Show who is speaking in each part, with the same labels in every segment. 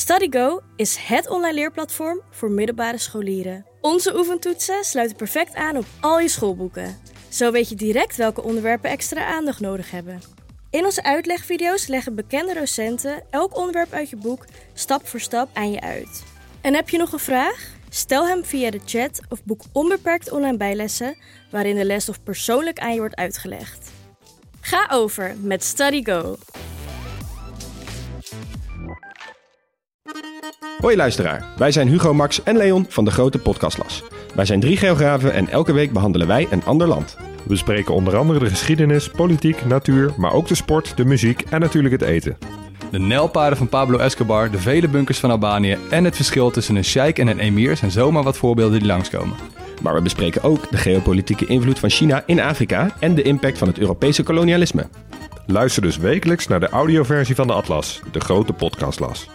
Speaker 1: StudyGo is het online leerplatform voor middelbare scholieren. Onze oefentoetsen sluiten perfect aan op al je schoolboeken. Zo weet je direct welke onderwerpen extra aandacht nodig hebben. In onze uitlegvideo's leggen bekende docenten elk onderwerp uit je boek stap voor stap aan je uit. En heb je nog een vraag? Stel hem via de chat of boek onbeperkt online bijlessen waarin de lesstof persoonlijk aan je wordt uitgelegd. Ga over met StudyGo.
Speaker 2: Hoi luisteraar, wij zijn Hugo, Max en Leon van de Grote Podcastlas. Wij zijn 3 geografen en elke week behandelen wij een ander land.
Speaker 3: We bespreken onder andere de geschiedenis, politiek, natuur, maar ook de sport, de muziek en natuurlijk het eten.
Speaker 4: De nijlpaarden van Pablo Escobar, de vele bunkers van Albanië en het verschil tussen een sheik en een emir zijn zomaar wat voorbeelden die langskomen.
Speaker 2: Maar we bespreken ook de geopolitieke invloed van China in Afrika en de impact van het Europese kolonialisme.
Speaker 3: Luister dus wekelijks naar de audioversie van de Atlas, de Grote Podcastlas.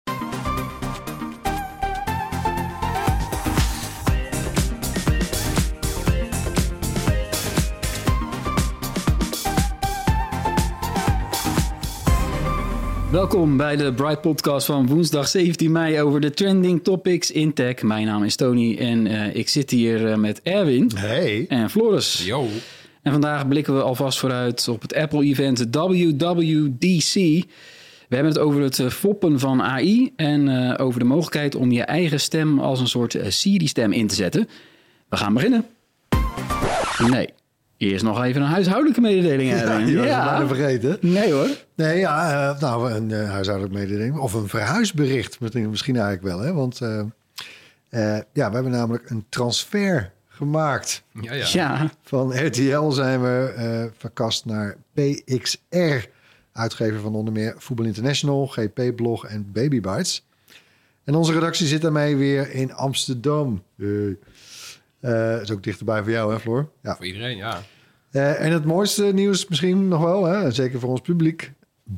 Speaker 5: Welkom bij de Bright Podcast van woensdag 17 mei over de trending topics in tech. Mijn naam is Tony en ik zit hier met Erwin en Floris.
Speaker 4: Yo.
Speaker 5: En vandaag blikken we alvast vooruit op het Apple-event WWDC. We hebben het over het foppen van AI en over de mogelijkheid om je eigen stem als een soort Siri-stem in te zetten. We gaan beginnen. Nee. Eerst nog even een huishoudelijke mededeling.
Speaker 6: Die was bijna vergeten.
Speaker 5: Nee hoor.
Speaker 6: Nee, een huishoudelijke mededeling. Of een verhuisbericht misschien eigenlijk wel. Hè? Want we hebben namelijk een transfer gemaakt.
Speaker 5: Ja.
Speaker 6: Van RTL zijn we verkast naar PXR. Uitgever van onder meer Voetbal International, GP Blog en Baby Bites. En onze redactie zit daarmee weer in Amsterdam. Is ook dichterbij voor jou, hè, Floor? Ja.
Speaker 4: Voor iedereen, ja.
Speaker 6: En het mooiste nieuws misschien nog wel, hè? Zeker voor ons publiek.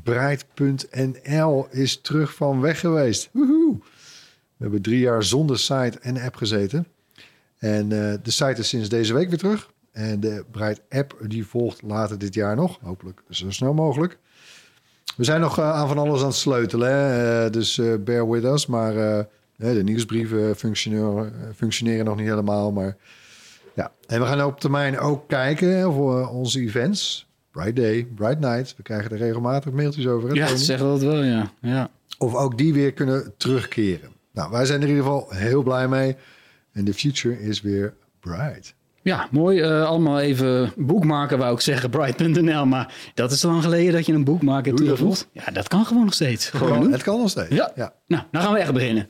Speaker 6: Bright.nl is terug van weg geweest. Woehoe. We hebben 3 jaar zonder site en app gezeten. En de site is sinds deze week weer terug. En de Bright app die volgt later dit jaar nog. Hopelijk zo snel mogelijk. We zijn nog aan van alles aan het sleutelen. Hè? Dus bear with us. Maar de nieuwsbrieven functioneren nog niet helemaal. Maar ja. En we gaan op termijn ook kijken voor onze events. Bright Day, Bright Night. We krijgen er regelmatig mailtjes over. Hè,
Speaker 5: Ja, zeg dat wel, ja.
Speaker 6: Of ook die weer kunnen terugkeren. Nou, wij zijn er in ieder geval heel blij mee. En the future is weer bright.
Speaker 5: Ja, mooi. Allemaal even boekmaken, wou ik zeggen, Bright.nl. Maar dat is te lang geleden dat je een boekmaker hebt toegevoegd. Ja, dat kan gewoon nog steeds.
Speaker 6: Het kan nog steeds.
Speaker 5: Ja. Nou, dan gaan we echt beginnen.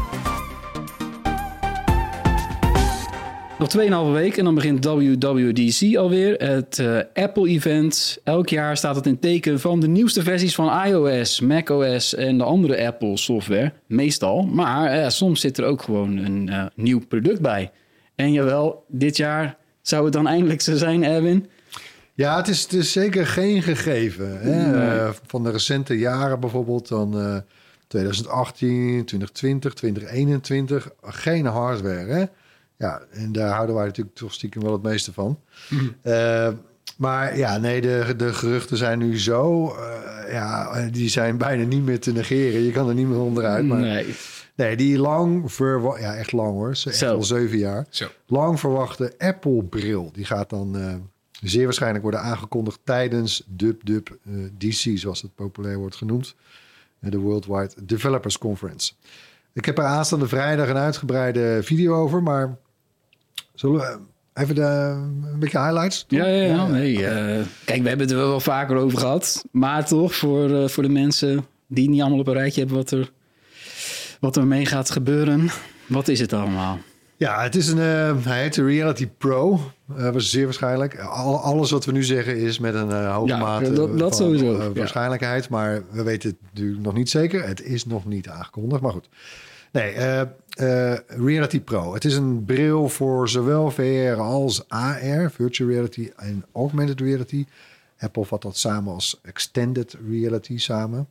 Speaker 5: Nog 2,5 week en dan begint WWDC alweer. Het Apple-event. Elk jaar staat het in teken van de nieuwste versies van iOS, macOS en de andere Apple-software. Meestal. Maar soms zit er ook gewoon een nieuw product bij. En jawel, dit jaar zou het dan eindelijk zo zijn, Erwin?
Speaker 6: Ja, het is zeker geen gegeven. Hè? Nee. Van de recente jaren bijvoorbeeld dan 2018, 2020, 2021. Geen hardware, hè? Ja, en daar houden wij natuurlijk toch stiekem wel het meeste van. Maar ja, nee, de geruchten zijn nu zo... die zijn bijna niet meer te negeren. Je kan er niet meer onderuit. Maar nee, die echt lang hoor. Echt al 7 jaar. Zo. Lang verwachte Apple-bril. Die gaat dan zeer waarschijnlijk worden aangekondigd tijdens WWDC, zoals het populair wordt genoemd. De Worldwide Developers Conference. Ik heb er aanstaande vrijdag een uitgebreide video over, maar zullen we even een beetje highlights doen?
Speaker 5: Ja. Kijk, we hebben het er wel vaker over gehad, maar toch voor de mensen die niet allemaal op een rijtje hebben wat er mee gaat gebeuren. Wat is het allemaal?
Speaker 6: Ja, het is hij heet de Reality Pro. Was zeer waarschijnlijk. Alles wat we nu zeggen is met een hoge mate
Speaker 5: dat
Speaker 6: van
Speaker 5: sowieso.
Speaker 6: Waarschijnlijkheid. Maar we weten het natuurlijk nog niet zeker. Het is nog niet aangekondigd, maar goed. Nee, Reality Pro. Het is een bril voor zowel VR als AR, Virtual Reality en Augmented Reality. Apple vat dat samen als Extended Reality samen.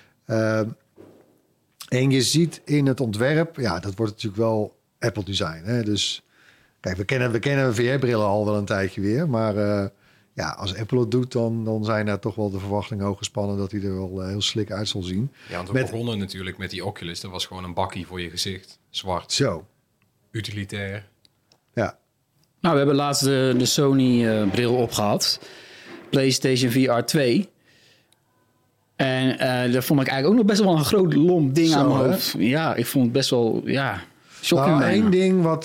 Speaker 6: En je ziet in het ontwerp, ja, dat wordt natuurlijk wel Apple design. Hè? Dus kijk, we kennen VR-brillen al wel een tijdje weer. Maar ja, als Apple het doet, dan zijn daar toch wel de verwachtingen hoog gespannen dat hij er wel heel slik uit zal zien.
Speaker 2: Ja, want we begonnen natuurlijk met die Oculus. Dat was gewoon een bakkie voor je gezicht. Zwart.
Speaker 6: Zo.
Speaker 2: Utilitair.
Speaker 6: Ja.
Speaker 5: Nou, we hebben laatst de Sony bril opgehad. PlayStation VR 2. En dat vond ik eigenlijk ook nog best wel een groot lomp ding aan mijn hoofd. Ja, ik vond het best wel, shocking.
Speaker 6: Nou, één ding wat,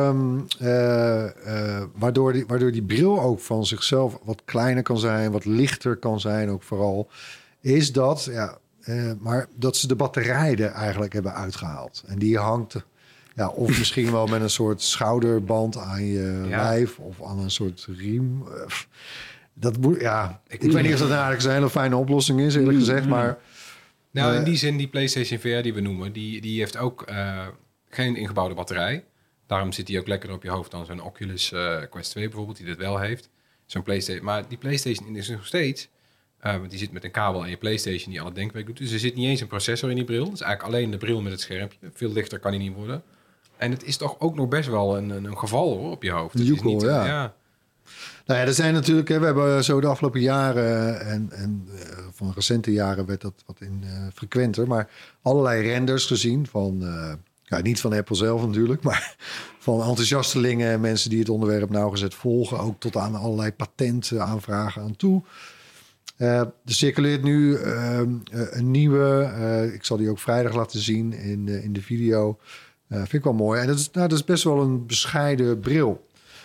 Speaker 6: waardoor die bril ook van zichzelf wat kleiner kan zijn, wat lichter kan zijn ook vooral, is dat, maar dat ze de batterij er eigenlijk hebben uitgehaald. En die hangt, of misschien wel met een soort schouderband aan je lijf of aan een soort riem. Dat moet, ik weet niet of dat eigenlijk een hele fijne oplossing is, eerlijk gezegd, maar...
Speaker 2: Nou, in die zin, die PlayStation VR die we noemen, die heeft ook geen ingebouwde batterij. Daarom zit die ook lekkerder op je hoofd dan zo'n Oculus Quest 2 bijvoorbeeld, die dit wel heeft. Zo'n PlayStation, maar die PlayStation is nog steeds, want die zit met een kabel aan je PlayStation die alle denkwerk doet. Dus er zit niet eens een processor in die bril. Het is eigenlijk alleen de bril met het schermpje. Veel lichter kan die niet worden. En het is toch ook nog best wel een geval hoor, op je hoofd. Het is niet,
Speaker 6: Nou ja, er zijn natuurlijk, we hebben zo de afgelopen jaren en van recente jaren werd dat wat frequenter, maar allerlei renders gezien van, niet van Apple zelf natuurlijk, maar van enthousiastelingen en mensen die het onderwerp nauwgezet volgen, ook tot aan allerlei patentaanvragen aan toe. Er circuleert nu een nieuwe, ik zal die ook vrijdag laten zien in de video. Vind ik wel mooi. En dat is best wel een bescheiden bril.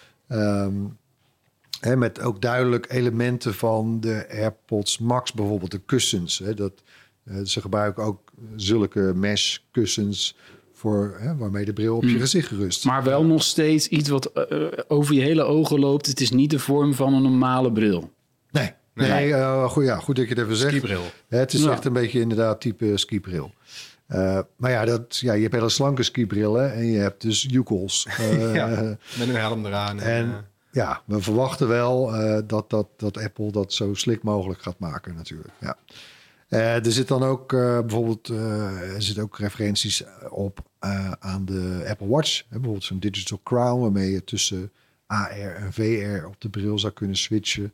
Speaker 6: Met ook duidelijk elementen van de AirPods Max, bijvoorbeeld de kussens. Ze gebruiken ook zulke mesh kussens voor, waarmee de bril op je gezicht rust.
Speaker 5: Maar wel nog steeds iets wat over je hele ogen loopt. Het is niet de vorm van een normale bril.
Speaker 6: Nee, goed dat je het even zegt.
Speaker 2: Skibril.
Speaker 6: Het is echt een beetje inderdaad type skibril. Maar je hebt hele slanke skibrillen en je hebt dus Yukos.
Speaker 2: Met een helm eraan.
Speaker 6: Ja, we verwachten wel dat Apple dat zo slik mogelijk gaat maken natuurlijk. Ja. Er zit dan ook bijvoorbeeld ook referenties op aan de Apple Watch. Bijvoorbeeld zo'n Digital Crown waarmee je tussen AR en VR op de bril zou kunnen switchen.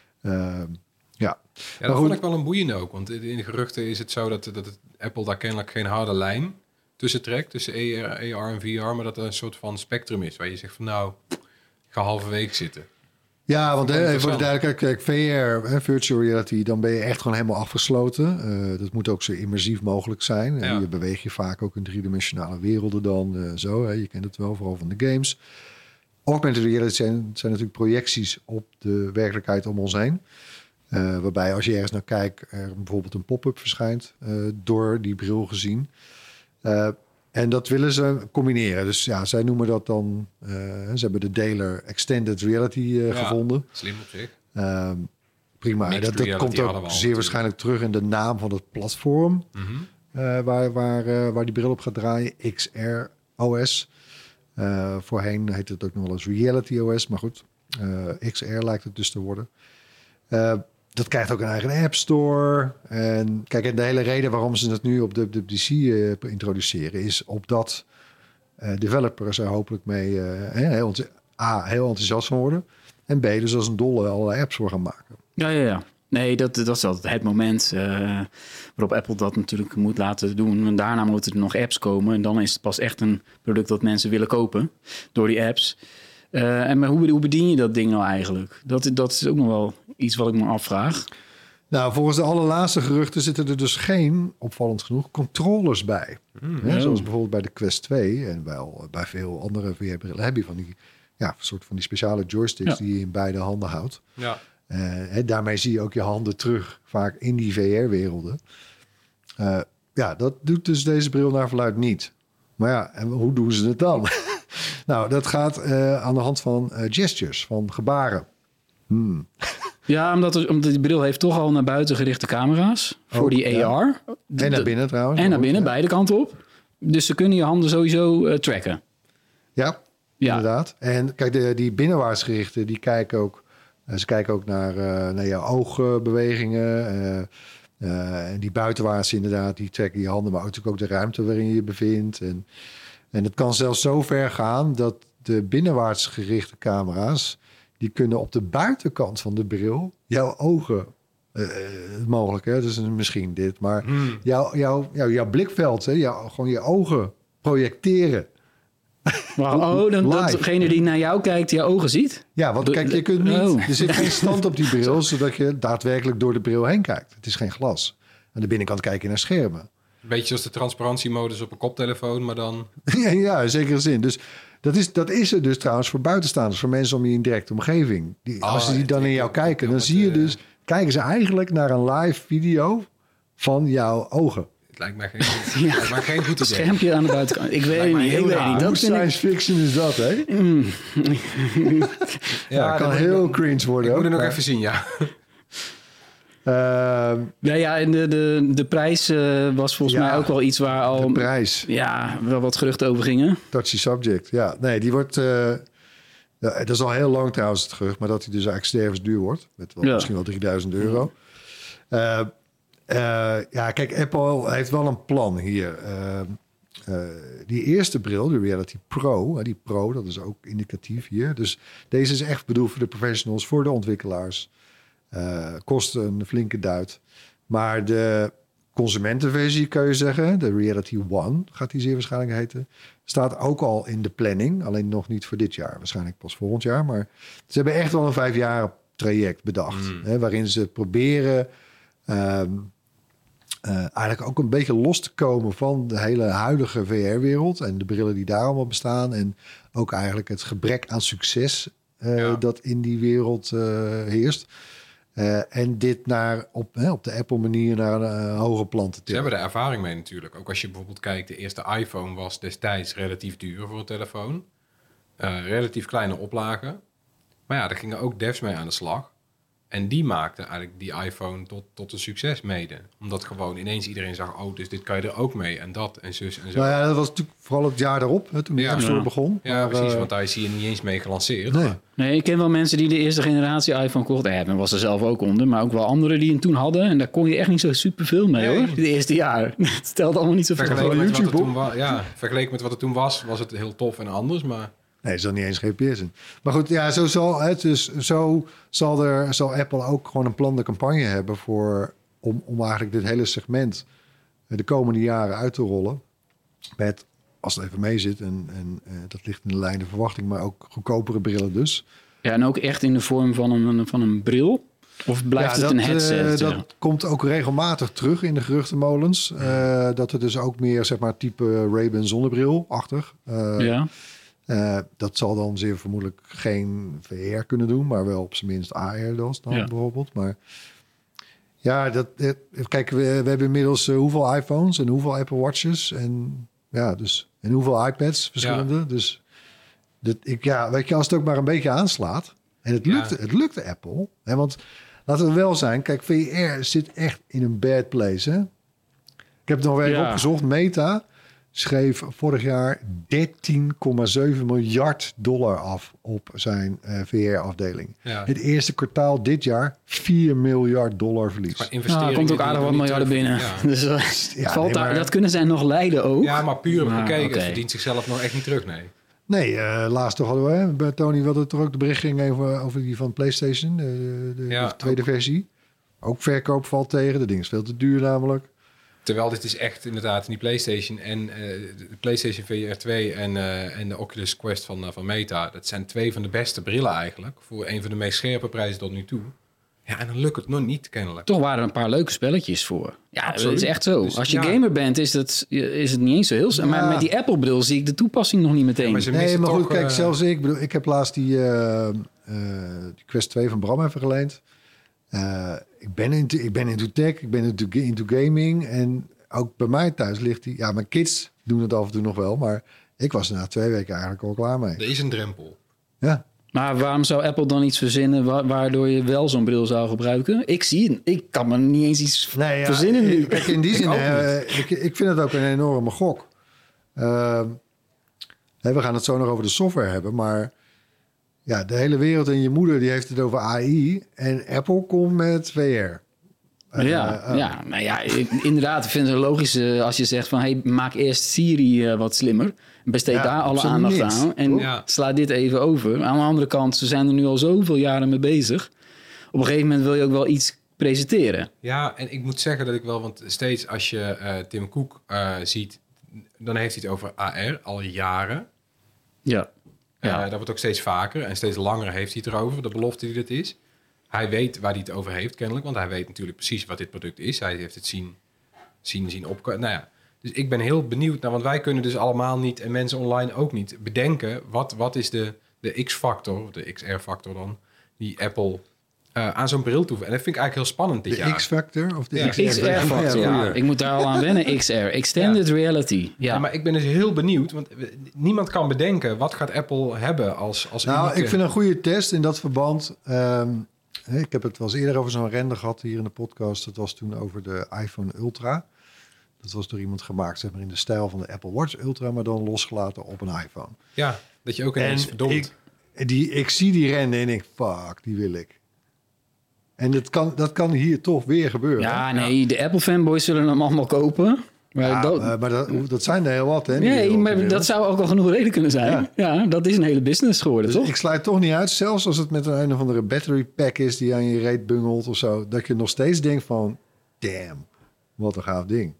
Speaker 2: Dat vond ik wel een boeiende ook. Want in de geruchten is het zo dat Apple daar kennelijk geen harde lijn tussen trekt. Tussen AR en VR. Maar dat er een soort van spectrum is. Waar je zegt van ik ga halverwege zitten. Ja,
Speaker 6: want even voor de duidelijkheid. Kijk, VR, virtual reality, dan ben je echt gewoon helemaal afgesloten. Dat moet ook zo immersief mogelijk zijn. Ja. Je beweegt je vaak ook in driedimensionale werelden dan zo. Je kent het wel, vooral van de games. Augmented reality zijn natuurlijk projecties op de werkelijkheid om ons heen. Waarbij als je ergens naar kijkt, er bijvoorbeeld een pop-up verschijnt door die bril gezien. En dat willen ze combineren. Dus zij noemen dat dan... ze hebben de deler Extended Reality gevonden.
Speaker 2: Slim op zich.
Speaker 6: Prima. Dat komt ook zeer waarschijnlijk terug in de naam van het platform. Mm-hmm. Waar die bril op gaat draaien. XR OS. Voorheen heette het ook nog wel eens Reality OS. Maar goed, XR lijkt het dus te worden. Dat krijgt ook een eigen App Store. En kijk, en de hele reden waarom ze het nu op de WWDC introduceren is opdat developers er hopelijk mee heel enthousiast van worden. En B, dus als een dolle allerlei apps voor gaan maken.
Speaker 5: Ja. Nee, dat is altijd het moment waarop Apple dat natuurlijk moet laten doen. En daarna moeten er nog apps komen. En dan is het pas echt een product dat mensen willen kopen door die apps. Maar hoe bedien je dat ding nou eigenlijk? Dat is ook nog wel iets wat ik me afvraag.
Speaker 6: Nou, volgens de allerlaatste geruchten zitten er dus geen, opvallend genoeg, controllers bij. Zoals bijvoorbeeld bij de Quest 2 en wel bij veel andere VR-brillen heb je van die soort van die speciale joysticks die je in beide handen houdt. Ja. Daarmee zie je ook je handen terug, vaak in die VR-werelden. Dat doet dus deze bril naar verluidt niet. Maar en hoe doen ze het dan? Nou, dat gaat aan de hand van gestures, van gebaren.
Speaker 5: Ja, omdat die bril heeft toch al naar buiten gerichte camera's voor die AR.
Speaker 6: En naar binnen trouwens.
Speaker 5: En naar binnen, beide kanten op. Dus ze kunnen je handen sowieso tracken.
Speaker 6: Ja, inderdaad. En kijk, die binnenwaarts gerichte, die kijken ook... ze kijken ook naar jouw oogbewegingen. En die buitenwaarts inderdaad, die tracken je handen... maar natuurlijk ook de ruimte waarin je je bevindt. En het kan zelfs zo ver gaan dat de binnenwaarts gerichte camera's... die kunnen op de buitenkant van de bril jouw ogen... mogelijk, hè? Dus misschien dit. Maar jouw blikveld, hè? Gewoon je ogen projecteren.
Speaker 5: Maar dat degene die naar jou kijkt, je ogen ziet?
Speaker 6: Ja, want kijk, je kunt niet... Er zit geen stand op die bril, zodat je daadwerkelijk door de bril heen kijkt. Het is geen glas. Aan de binnenkant kijk je naar schermen.
Speaker 2: Beetje zoals de transparantiemodus op een koptelefoon, maar dan...
Speaker 6: Ja, in zekere zin. Dus dat is er dus trouwens voor buitenstaanders, voor mensen om je in directe omgeving. Als ze die dan in jou kijken, dan zie je dus... Kijken ze eigenlijk naar een live video van jouw ogen.
Speaker 2: Het lijkt mij geen goed idee.
Speaker 5: Schermpje aan de buitenkant. Ik weet niet.
Speaker 6: Hoe science fiction is dat, hè? Ja, kan heel cringe worden.
Speaker 2: Ik moet het nog even zien, ja.
Speaker 5: En de prijs was volgens mij ook wel iets waar al...
Speaker 6: De prijs.
Speaker 5: Ja, wel wat geruchten over gingen.
Speaker 6: Touchy subject, ja. Nee, die wordt... dat is al heel lang trouwens het gerucht, maar dat hij dus eigenlijk stervensduur wordt. Met misschien wel €3.000. Kijk, Apple heeft wel een plan hier. Die eerste bril, de Reality Pro, die Pro, dat is ook indicatief hier. Dus deze is echt bedoeld voor de professionals, voor de ontwikkelaars. Kost een flinke duit. Maar de consumentenversie, kun je zeggen, de Reality One gaat die zeer waarschijnlijk heten, staat ook al in de planning. Alleen nog niet voor dit jaar, waarschijnlijk pas volgend jaar. Maar ze hebben echt wel een 5 jaar traject bedacht. Waarin ze proberen eigenlijk ook een beetje los te komen van de hele huidige VR-wereld en de brillen die daar allemaal bestaan. En ook eigenlijk het gebrek aan succes dat in die wereld heerst. En dit op de Apple-manier naar een hoger plan te tillen.
Speaker 2: Ze hebben er ervaring mee natuurlijk. Ook als je bijvoorbeeld kijkt, de eerste iPhone was destijds relatief duur voor een telefoon. Relatief kleine oplagen. Maar ja, daar gingen ook devs mee aan de slag. En die maakten eigenlijk die iPhone tot een succes mede. Omdat gewoon ineens iedereen zag, dus dit kan je er ook mee. En dat en zus en zo.
Speaker 6: Nou ja, dat was natuurlijk vooral het jaar daarop, toen de App Store begon.
Speaker 2: Ja, maar, precies, want daar is hij niet eens mee gelanceerd.
Speaker 5: Nee, ik ken wel mensen die de eerste generatie iPhone kochten. En was er zelf ook onder, maar ook wel anderen die hem toen hadden. En daar kon je echt niet zo superveel mee, hoor. De eerste jaar. Het stelde allemaal niet zoveel.
Speaker 2: Vergeleken met wat het toen was het heel tof en anders, maar...
Speaker 6: Nee, er zat niet eens GPS in. Maar goed, ja, zo zal Apple ook gewoon een plande campagne hebben om eigenlijk dit hele segment de komende jaren uit te rollen. Met, als het even mee zit, en dat ligt in de lijn de verwachting, maar ook goedkopere brillen dus.
Speaker 5: Ja, en ook echt in de vorm van een bril? Of blijft het een headset?
Speaker 6: Dat komt ook regelmatig terug in de geruchtenmolens. Dat er dus ook meer, zeg maar, type Ray-Ban zonnebril-achtig. Dat zal dan zeer vermoedelijk geen VR kunnen doen, maar wel op zijn minst AR dan bijvoorbeeld. Maar ja, kijk, we hebben inmiddels hoeveel iPhones en hoeveel Apple Watches en hoeveel iPads verschillende. Ja. Dus weet je, als het ook maar een beetje aanslaat en het lukte Apple, hè, want laten we wel zijn, kijk, VR zit echt in een bad place, hè? Ik heb het nog weer opgezocht, Meta schreef vorig jaar $13,7 miljard af op zijn VR-afdeling. Ja. Het eerste kwartaal dit jaar $4 miljard verlies.
Speaker 5: Er komt ook aardig wat miljarden binnen. Ja. Dus dat kunnen zij nog leiden ook.
Speaker 2: Ja, maar puur bekeken. Het verdient zichzelf nog echt niet terug, nee.
Speaker 6: Nee, laatst toch hadden we, bij Tony, wat het er ook de bericht ging over die van PlayStation, de tweede versie. Ook verkoop valt tegen. Dat ding is veel te duur namelijk.
Speaker 2: Terwijl dit is echt inderdaad die PlayStation en de PlayStation VR 2 en de Oculus Quest van Meta. Dat zijn 2 van de beste brillen eigenlijk. Voor een van de meest scherpe prijzen tot nu toe. Ja, en dan lukt het nog niet kennelijk.
Speaker 5: Toch waren er een paar leuke spelletjes voor. Ja, absoluut. Dat is echt zo. Dus, als je gamer bent, is het niet eens zo heel... Ja. Maar met die Apple-bril zie ik de toepassing nog niet meteen.
Speaker 6: Ja, maar goed, kijk, zelfs ik bedoel, ik heb laatst die Quest 2 van Bram even geleend. Ik ben into tech, ik ben into gaming. En ook bij mij thuis ligt die... Ja, mijn kids doen het af en toe nog wel. Maar ik was er na 2 weken eigenlijk al klaar mee.
Speaker 2: Er is een drempel.
Speaker 6: Ja.
Speaker 5: Maar waarom zou Apple dan iets verzinnen waardoor je wel zo'n bril zou gebruiken? Ik kan me niet eens iets verzinnen nu.
Speaker 6: Kijk, in die zin, ik vind het ook een enorme gok. We gaan het zo nog over de software hebben, maar... Ja, de hele wereld en je moeder die heeft het over AI en Apple komt met VR.
Speaker 5: Inderdaad, ik vind het logisch als je zegt van... hey, maak eerst Siri wat slimmer. Besteed daar alle aandacht aan. En sla dit even over. Aan de andere kant, ze zijn er nu al zoveel jaren mee bezig. Op een gegeven moment wil je ook wel iets presenteren.
Speaker 2: Ja, en ik moet zeggen dat ik wel... want steeds als je Tim Cook ziet... dan heeft hij het over AR al jaren.
Speaker 5: Ja.
Speaker 2: Dat wordt ook steeds vaker en steeds langer heeft hij het erover. De belofte die dit is. Hij weet waar hij het over heeft kennelijk. Want hij weet natuurlijk precies wat dit product is. Hij heeft het zien opkomen. Nou ja, dus ik ben heel benieuwd naar... want wij kunnen dus allemaal niet... en mensen online ook niet bedenken... wat is de X-factor, de XR-factor dan... die Apple aan zo'n bril toe... en dat vind ik eigenlijk heel spannend dit jaar.
Speaker 6: De X-factor of de
Speaker 5: XR-factor, ja. Ik moet daar al aan wennen, XR. Extended Reality. Ja,
Speaker 2: maar ik ben dus heel benieuwd... want niemand kan bedenken... wat gaat Apple hebben als
Speaker 6: Nou,
Speaker 2: unieke...
Speaker 6: ik vind een goede test in dat verband... ik heb het wel eens eerder over zo'n render gehad hier in de podcast. Dat was toen over de iPhone Ultra. Dat was door iemand gemaakt, zeg maar in de stijl van de Apple Watch Ultra... maar dan losgelaten op een iPhone.
Speaker 2: Ja, dat je ook ineens verdomt.
Speaker 6: Ik zie die render en ik fuck, die wil ik. En dat kan hier toch weer gebeuren.
Speaker 5: Ja, nee, de Apple-fanboys zullen hem allemaal kopen.
Speaker 6: Maar dat zijn er heel wat, hè?
Speaker 5: Nee, maar dat zou ook al genoeg reden kunnen zijn. Ja, dat is een hele business geworden,
Speaker 6: dus
Speaker 5: toch?
Speaker 6: ik sluit toch niet uit, zelfs als het met een of andere battery pack is... die aan je reet bungelt of zo... dat je nog steeds denkt van... damn, wat een gaaf ding.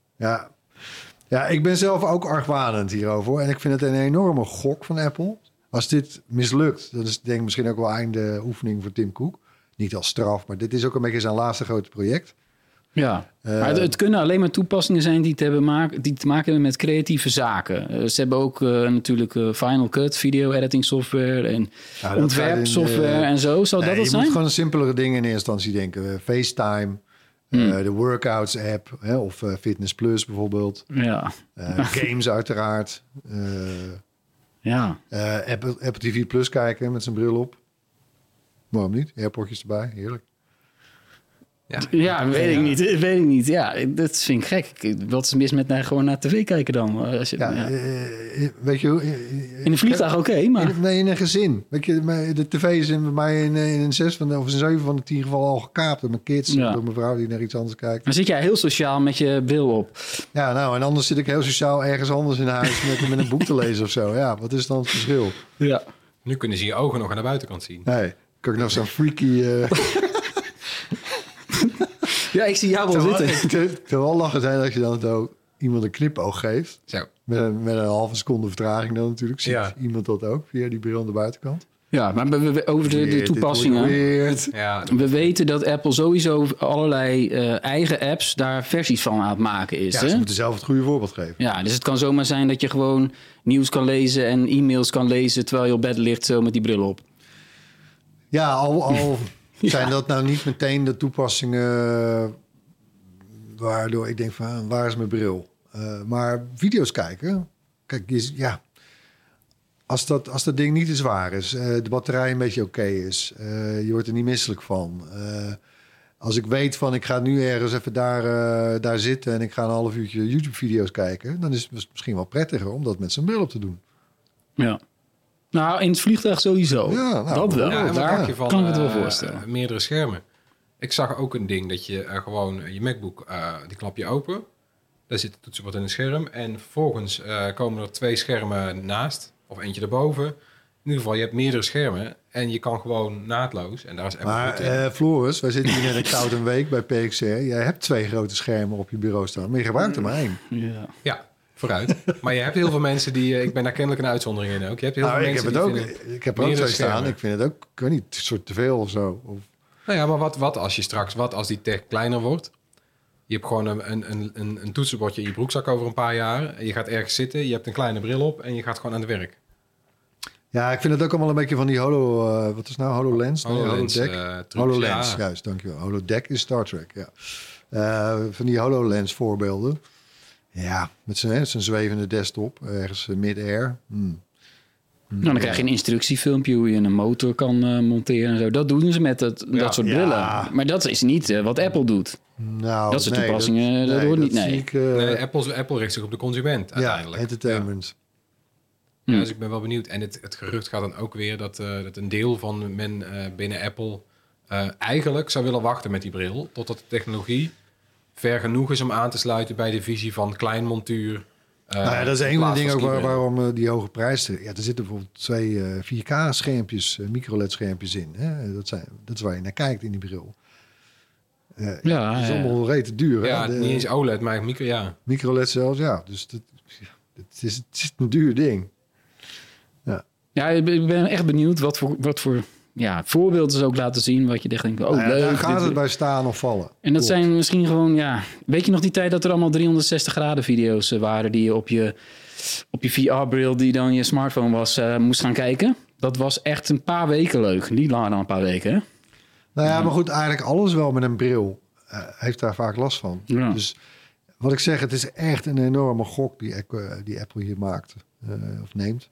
Speaker 6: Ja, ik ben zelf ook argwanend hierover. En ik vind het een enorme gok van Apple. Als dit mislukt, dat is denk ik misschien ook wel einde oefening voor Tim Cook. Niet als straf, maar dit is ook een beetje zijn laatste grote project.
Speaker 5: Ja, maar het kunnen alleen maar toepassingen zijn die te maken hebben met creatieve zaken. Ze hebben ook natuurlijk Final Cut, video editing software en ontwerpsoftware en zo. Zou dat het zijn?
Speaker 6: Je moet gewoon simpelere dingen in eerste instantie denken. FaceTime, de Workouts app of Fitness Plus bijvoorbeeld.
Speaker 5: Ja.
Speaker 6: Games uiteraard. Apple TV Plus kijken met zijn bril op. Waarom niet? AirPodjes erbij, heerlijk.
Speaker 5: Ja, weet ik niet. Ja, dat vind ik gek. Wat is mis met gewoon naar tv kijken dan?
Speaker 6: Weet je,
Speaker 5: in een vliegtuig oké, maar...
Speaker 6: Nee, in een gezin. Weet je, de tv is bij mij in een 6 van of in 7 van de 10 gevallen al gekaapt door mijn kids. Door mijn vrouw die naar iets anders kijkt.
Speaker 5: Dan zit jij heel sociaal met je bril op.
Speaker 6: Ja, nou, en anders zit ik heel sociaal ergens anders in huis met een boek te lezen of zo. Ja, wat is dan het verschil?
Speaker 5: Ja.
Speaker 2: Nu kunnen ze je ogen nog aan de buitenkant zien.
Speaker 6: Nee, kan ik nog zo'n freaky...
Speaker 5: Ja, ik zie jou wel zitten.
Speaker 6: Het zou wel lachen zijn als je dan zo iemand een knipoog geeft.
Speaker 2: Zo.
Speaker 6: Met een halve seconde vertraging dan natuurlijk. Ziet iemand dat ook via die bril aan de buitenkant.
Speaker 5: Ja, maar over de toepassingen. We weten dat Apple sowieso allerlei eigen apps daar versies van aan het maken is.
Speaker 6: Ja, ze moeten zelf het goede voorbeeld geven.
Speaker 5: Ja, dus het kan zomaar zijn dat je gewoon nieuws kan lezen en e-mails kan lezen terwijl je op bed ligt zo met die bril op.
Speaker 6: Ja, al zijn dat nou niet meteen de toepassingen waardoor ik denk van waar is mijn bril? Maar video's kijken, kijk, als dat ding niet te zwaar is, de batterij een beetje oké is, je wordt er niet misselijk van. Als ik weet van ik ga nu ergens even daar zitten en ik ga een half uurtje YouTube-video's kijken, dan is het misschien wel prettiger om dat met zijn bril op te doen.
Speaker 5: Ja. Nou, in het vliegtuig sowieso.
Speaker 6: Ja, nou,
Speaker 5: dat wel.
Speaker 2: Ja,
Speaker 5: daar kan ik het wel voorstellen.
Speaker 2: Meerdere schermen. Ik zag ook een ding dat je gewoon je MacBook, die klap je open. Daar zit het toetsenbord in een scherm. En vervolgens komen er 2 schermen naast. Of eentje erboven. In ieder geval, je hebt meerdere schermen. En je kan gewoon naadloos. En daar is Apple goed in.
Speaker 6: Maar Floris, wij zitten hier net een Koud Week bij PXR. Jij hebt 2 grote schermen op je bureau staan. Maar je gebruikt er maar 1.
Speaker 2: Ja. Vooruit. Maar je hebt heel veel mensen die... ik ben daar kennelijk een uitzondering in ook. Je hebt heel veel mensen
Speaker 6: ik heb er ook 2 staan. Ik vind het ook, ik weet niet, soort te veel of zo.
Speaker 2: Nou ja, maar wat als je straks... Wat als die tech kleiner wordt? Je hebt gewoon een toetsenbordje in je broekzak over een paar jaar. Je gaat ergens zitten, je hebt een kleine bril op... en je gaat gewoon aan het werk.
Speaker 6: Ja, ik vind het ook allemaal een beetje van die wat is nou? HoloLens?
Speaker 2: Holodeck.
Speaker 6: HoloLens, juist, dankjewel. Holodeck is Star Trek, ja. Van die HoloLens voorbeelden. Ja, met zijn zwevende desktop, ergens mid-air.
Speaker 5: Nou, dan krijg je een instructiefilmpje hoe je een motor kan monteren en zo. Dat doen ze met dat soort brillen. Maar dat is niet wat Apple doet.
Speaker 6: Nou,
Speaker 5: dat soort toepassingen, dat hoort niet.
Speaker 2: Nee. Apple richt zich op de consument uiteindelijk.
Speaker 6: Ja, entertainment.
Speaker 2: Ja, dus ik ben wel benieuwd. En het gerucht gaat dan ook weer dat een deel van men binnen Apple eigenlijk zou willen wachten met die bril... totdat de technologie ver genoeg is om aan te sluiten... bij de visie van kleinmontuur.
Speaker 6: Dat is een van de dingen ook waarom die hoge prijs... Ja, er zitten bijvoorbeeld 2 4K-schermpjes, micro-LED-schermpjes in. Hè? Dat is waar je naar kijkt in die bril. Dat is allemaal rete duur.
Speaker 2: Ja,
Speaker 6: hè?
Speaker 2: niet eens OLED, maar
Speaker 6: micro-LED zelfs, ja. Dus het is een duur ding.
Speaker 5: Ja, ik ben echt benieuwd wat voor voorbeelden ze ook laten zien. Wat je echt denkt, leuk.
Speaker 6: Daar gaat het bij staan of vallen.
Speaker 5: En dat zijn misschien gewoon, Weet je nog die tijd dat er allemaal 360 graden video's waren... die je op je VR-bril, die dan je smartphone was, moest gaan kijken? Dat was echt een paar weken leuk. Niet langer dan een paar weken, hè?
Speaker 6: Nou ja, maar goed, eigenlijk alles wel met een bril heeft daar vaak last van.
Speaker 5: Ja.
Speaker 6: Dus wat ik zeg, het is echt een enorme gok die Apple hier maakt of neemt.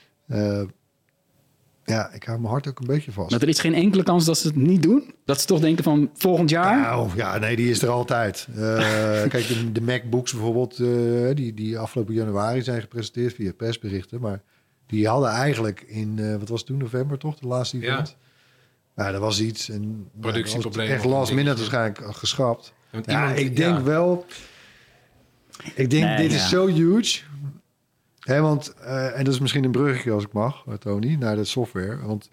Speaker 6: Ik hou mijn hart ook een beetje vast.
Speaker 5: Maar er is geen enkele kans dat ze het niet doen? Dat ze toch denken van volgend jaar?
Speaker 6: Nou, nee, die is er altijd. Kijk, de MacBooks bijvoorbeeld, die afgelopen januari zijn gepresenteerd via persberichten. Maar die hadden eigenlijk in, wat was het toen, november toch, de laatste event? Ja, dat was iets. En
Speaker 2: productieproblemen.
Speaker 6: Echt last minute waarschijnlijk geschrapt. Ik denk wel... Ik denk, dit is zo huge... want, en dat is misschien een bruggetje als ik mag, Tony, naar de software. Want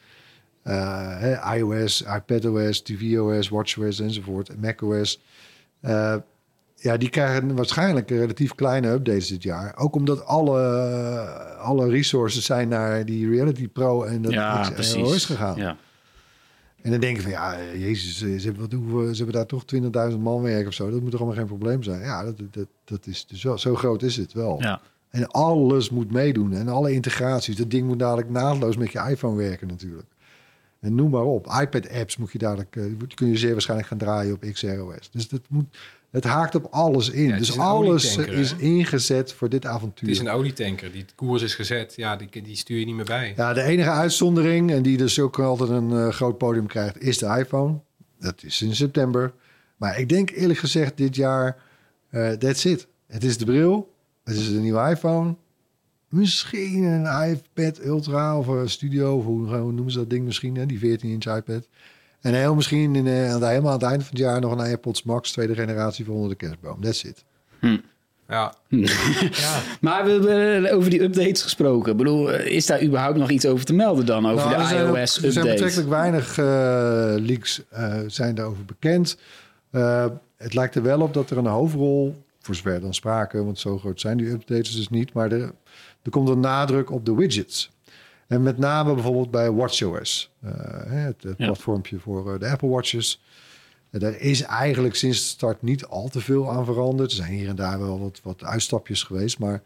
Speaker 6: iOS, iPadOS, tvOS, watchOS enzovoort, macOS. Die krijgen waarschijnlijk relatief kleine updates dit jaar. Ook omdat alle resources zijn naar die Reality Pro en dat XR gegaan. Ja. En dan denk je van, jezus, ze hebben daar toch 20.000 man werk of zo. Dat moet toch allemaal geen probleem zijn. Ja, dat is dus wel, zo groot is het wel. Ja. En alles moet meedoen. En alle integraties. Dat ding moet dadelijk naadloos met je iPhone werken natuurlijk. En noem maar op. iPad-apps moet je dadelijk... kun je zeer waarschijnlijk gaan draaien op XROS. Dus het haakt op alles in. Ja, dus alles is ingezet voor dit avontuur.
Speaker 2: Het is een olietanker. Die koers is gezet. Ja, die stuur je niet meer bij.
Speaker 6: Ja, de enige uitzondering... en die dus ook altijd een groot podium krijgt... is de iPhone. Dat is in september. Maar ik denk eerlijk gezegd dit jaar... that's it. Het is de bril... Het is een nieuwe iPhone. Misschien een iPad Ultra of een Studio. Of hoe noemen ze dat ding misschien? Hè? Die 14-inch iPad. En heel misschien helemaal aan het eind van het jaar... nog een AirPods Max, tweede generatie voor onder de kerstboom. That's it.
Speaker 2: Ja.
Speaker 5: Maar we hebben over die updates gesproken. Ik bedoel, is daar überhaupt nog iets over te melden dan? Over de iOS-update?
Speaker 6: Er zijn betrekkelijk weinig leaks zijn daarover bekend. Het lijkt er wel op dat er een hoofdrol... voor zover dan sprake, want zo groot zijn die updates dus niet. Maar er komt een nadruk op de widgets. En met name bijvoorbeeld bij WatchOS. Het platformpje voor de Apple Watches. Daar is eigenlijk sinds de start niet al te veel aan veranderd. Er zijn hier en daar wel wat uitstapjes geweest. Maar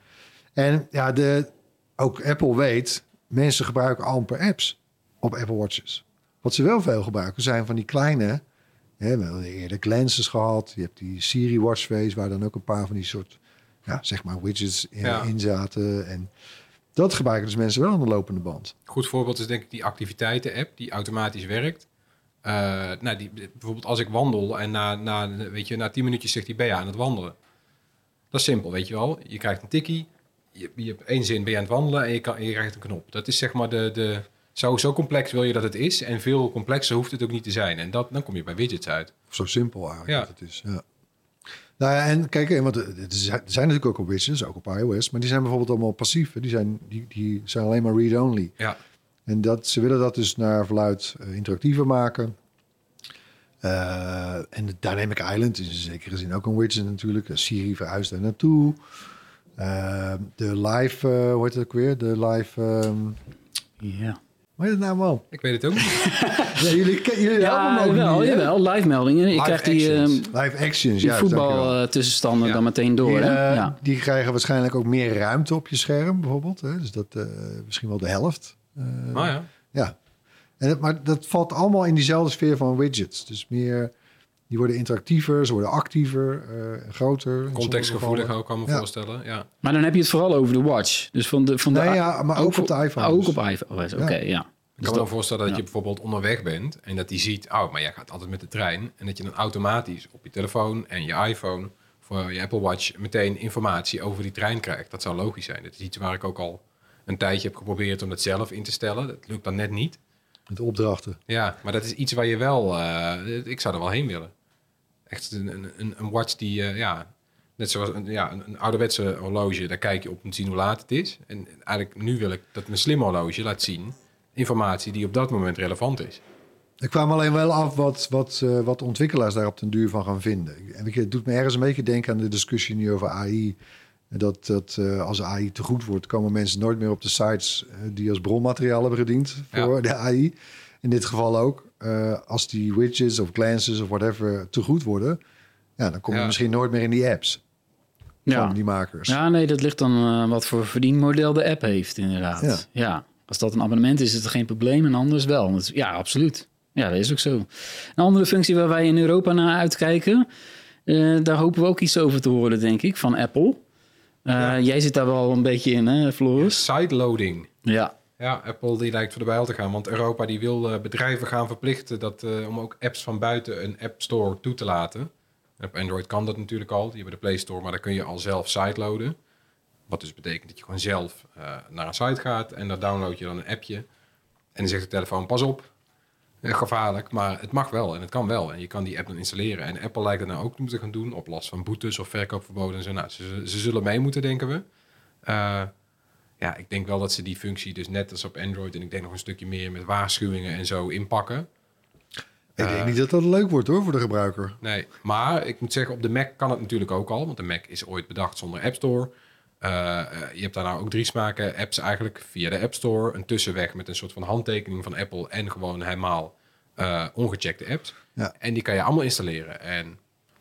Speaker 6: ook Apple weet, mensen gebruiken amper apps op Apple Watches. Wat ze wel veel gebruiken zijn van die kleine... we hebben eerder lenses gehad. Je hebt die Siri Watchface... waar dan ook een paar van die soort widgets in zaten. En dat gebruiken dus mensen wel aan de lopende band.
Speaker 2: Goed voorbeeld is denk ik die activiteiten-app... die automatisch werkt. Bijvoorbeeld als ik wandel... en na 10 minuutjes zegt hij... ben je aan het wandelen? Dat is simpel, weet je wel. Je krijgt een tikkie. Je hebt 1 zin, ben je aan het wandelen... en je krijgt een knop. Dat is zeg maar de zo complex wil je dat het is. En veel complexer hoeft het ook niet te zijn. En dan kom je bij widgets uit.
Speaker 6: Zo simpel eigenlijk dat het is. Ja. Nou ja, en kijk, want er zijn natuurlijk ook op widgets, ook op iOS. Maar die zijn bijvoorbeeld allemaal passief. Die zijn alleen maar read-only. Ja. En ze willen dat dus naar verluid interactiever maken. En de Dynamic Island is in zekere zin ook een widget natuurlijk. Siri verhuist daar naartoe. De live, hoe heet het ook weer? De live... Hoe heet het nou, man?
Speaker 2: Ik weet het ook niet.
Speaker 6: Jullie allemaal
Speaker 5: jawel, live meldingen. Je krijgt
Speaker 6: live actions,
Speaker 5: die voetbal tussenstanden dan meteen door.
Speaker 6: Die krijgen waarschijnlijk ook meer ruimte op je scherm, bijvoorbeeld. Hè? Dus dat misschien wel de helft. Ja. Maar dat valt allemaal in diezelfde sfeer van widgets. Dus meer, die worden interactiever, ze worden actiever, groter.
Speaker 2: Contextgevoelig ook, kan me voorstellen. Ja.
Speaker 5: Maar dan heb je het vooral over de watch. Dus
Speaker 6: maar ook op de iPhone.
Speaker 5: Ook op iPhone, oké, ja.
Speaker 2: Ik kan me wel voorstellen dat je bijvoorbeeld onderweg bent... en dat die ziet, maar jij gaat altijd met de trein... en dat je dan automatisch op je telefoon en je iPhone... voor je Apple Watch meteen informatie over die trein krijgt. Dat zou logisch zijn. Dat is iets waar ik ook al een tijdje heb geprobeerd om dat zelf in te stellen. Dat lukt dan net niet.
Speaker 6: Met opdrachten.
Speaker 2: Ja, maar dat is iets waar je wel... ik zou er wel heen willen. Echt een watch die... net zoals een ouderwetse horloge. Daar kijk je op om te zien hoe laat het is. En eigenlijk nu wil ik dat een slim horloge laat zien... informatie die op dat moment relevant is.
Speaker 6: Ik kwam alleen wel af wat ontwikkelaars daar op den duur van gaan vinden. En het doet me ergens een beetje denken aan de discussie nu over AI. Dat als AI te goed wordt, komen mensen nooit meer op de sites die als bronmateriaal hebben gediend voor de AI. In dit geval ook. Als die widgets of glances of whatever te goed worden, dan kom je misschien nooit meer in die apps van die makers.
Speaker 5: Ja, nee, dat ligt dan wat voor verdienmodel de app heeft, inderdaad. Ja, als dat een abonnement is het geen probleem en anders wel. Ja, absoluut. Ja, dat is ook zo. Een andere functie waar wij in Europa naar uitkijken, daar hopen we ook iets over te horen, denk ik, van Apple. Jij zit daar wel een beetje in, hè, Floris?
Speaker 2: Sideloading.
Speaker 5: Ja.
Speaker 2: Ja, Apple die lijkt voor de bijl te gaan. Want Europa die wil bedrijven gaan verplichten om ook apps van buiten een App Store toe te laten. En op Android kan dat natuurlijk al. Die hebben de Play Store, maar daar kun je al zelf sideloaden. Wat dus betekent dat je gewoon zelf naar een site gaat en daar download je dan een appje. En dan zegt de telefoon, pas op, gevaarlijk, maar het mag wel en het kan wel. En je kan die app dan installeren. En Apple lijkt het nou ook moeten gaan doen op last van boetes of verkoopverboden en zo. Nou, ze zullen mee moeten, denken we. Ik denk wel dat ze die functie dus net als op Android en ik denk nog een stukje meer met waarschuwingen en zo inpakken.
Speaker 6: Ik denk niet dat dat leuk wordt hoor voor de gebruiker.
Speaker 2: Nee, maar ik moet zeggen, op de Mac kan het natuurlijk ook al. Want de Mac is ooit bedacht zonder App Store. Je hebt daar nou ook 3 smaken apps eigenlijk via de App Store. Een tussenweg met een soort van handtekening van Apple en gewoon helemaal ongecheckte apps. Ja. En die kan je allemaal installeren. En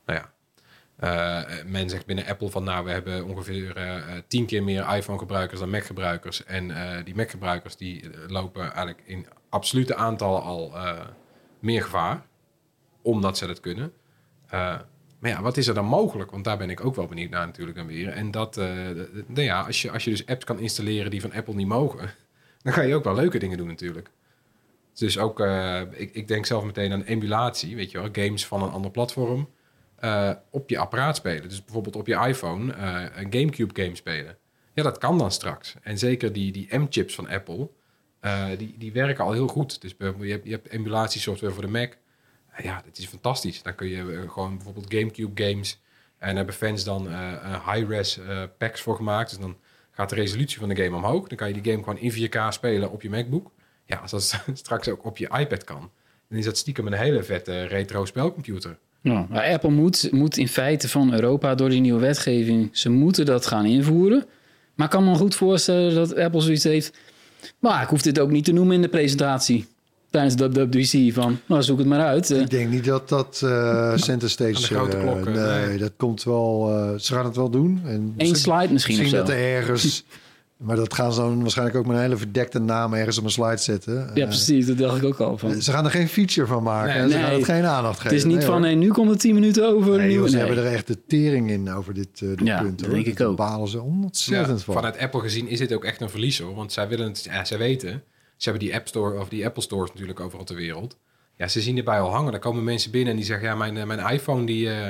Speaker 2: men zegt binnen Apple van we hebben ongeveer 10 keer meer iPhone-gebruikers dan Mac-gebruikers. En die Mac-gebruikers die lopen eigenlijk in absolute aantallen al meer gevaar. Omdat ze dat kunnen. Maar wat is er dan mogelijk? Want daar ben ik ook wel benieuwd naar natuurlijk dan weer. En dat, als je dus apps kan installeren die van Apple niet mogen, dan ga je ook wel leuke dingen doen natuurlijk. Dus ook, ik denk zelf meteen aan emulatie, weet je wel, games van een ander platform op je apparaat spelen. Dus bijvoorbeeld op je iPhone een GameCube game spelen. Ja, dat kan dan straks. En zeker die M-chips van Apple, die werken al heel goed. Dus je hebt emulatiesoftware voor de Mac. Ja, dat is fantastisch. Dan kun je gewoon bijvoorbeeld GameCube games. En hebben fans dan high-res packs voor gemaakt. Dus dan gaat de resolutie van de game omhoog. Dan kan je die game gewoon in 4K spelen op je MacBook. Ja, als dat straks ook op je iPad kan, dan is dat stiekem een hele vette retro spelcomputer.
Speaker 5: Ja, maar Apple moet in feite van Europa door die nieuwe wetgeving, ze moeten dat gaan invoeren. Maar ik kan me goed voorstellen dat Apple zoiets heeft. Maar ik hoef dit ook niet te noemen in de presentatie tijdens de WWDC van, zoek het maar uit.
Speaker 6: Ik denk niet dat center stage...
Speaker 2: de grote klokken.
Speaker 6: Nee, dat komt wel... ze gaan het wel doen.
Speaker 5: Eén slide misschien of zo.
Speaker 6: dat er ergens... Maar dat gaan ze dan waarschijnlijk ook met een hele verdekte naam ergens op een slide zetten.
Speaker 5: Ja, precies. Dat dacht ik ook al van.
Speaker 6: Ze gaan er geen feature van maken. En ze gaan het geen aandacht geven.
Speaker 5: Het is niet van, nu komt het 10 minuten over.
Speaker 6: Nee, ze hebben er echt de tering in over dit punt.
Speaker 5: Dat denk ik ook.
Speaker 6: Daar balen ze ontzettend van.
Speaker 2: Vanuit Apple gezien is dit ook echt een verlies hoor. Want zij willen het, zij weten. Ze hebben die App Store of die Apple Stores natuurlijk overal ter wereld. Ja, ze zien erbij al hangen. Dan komen mensen binnen en die zeggen, ja, mijn iPhone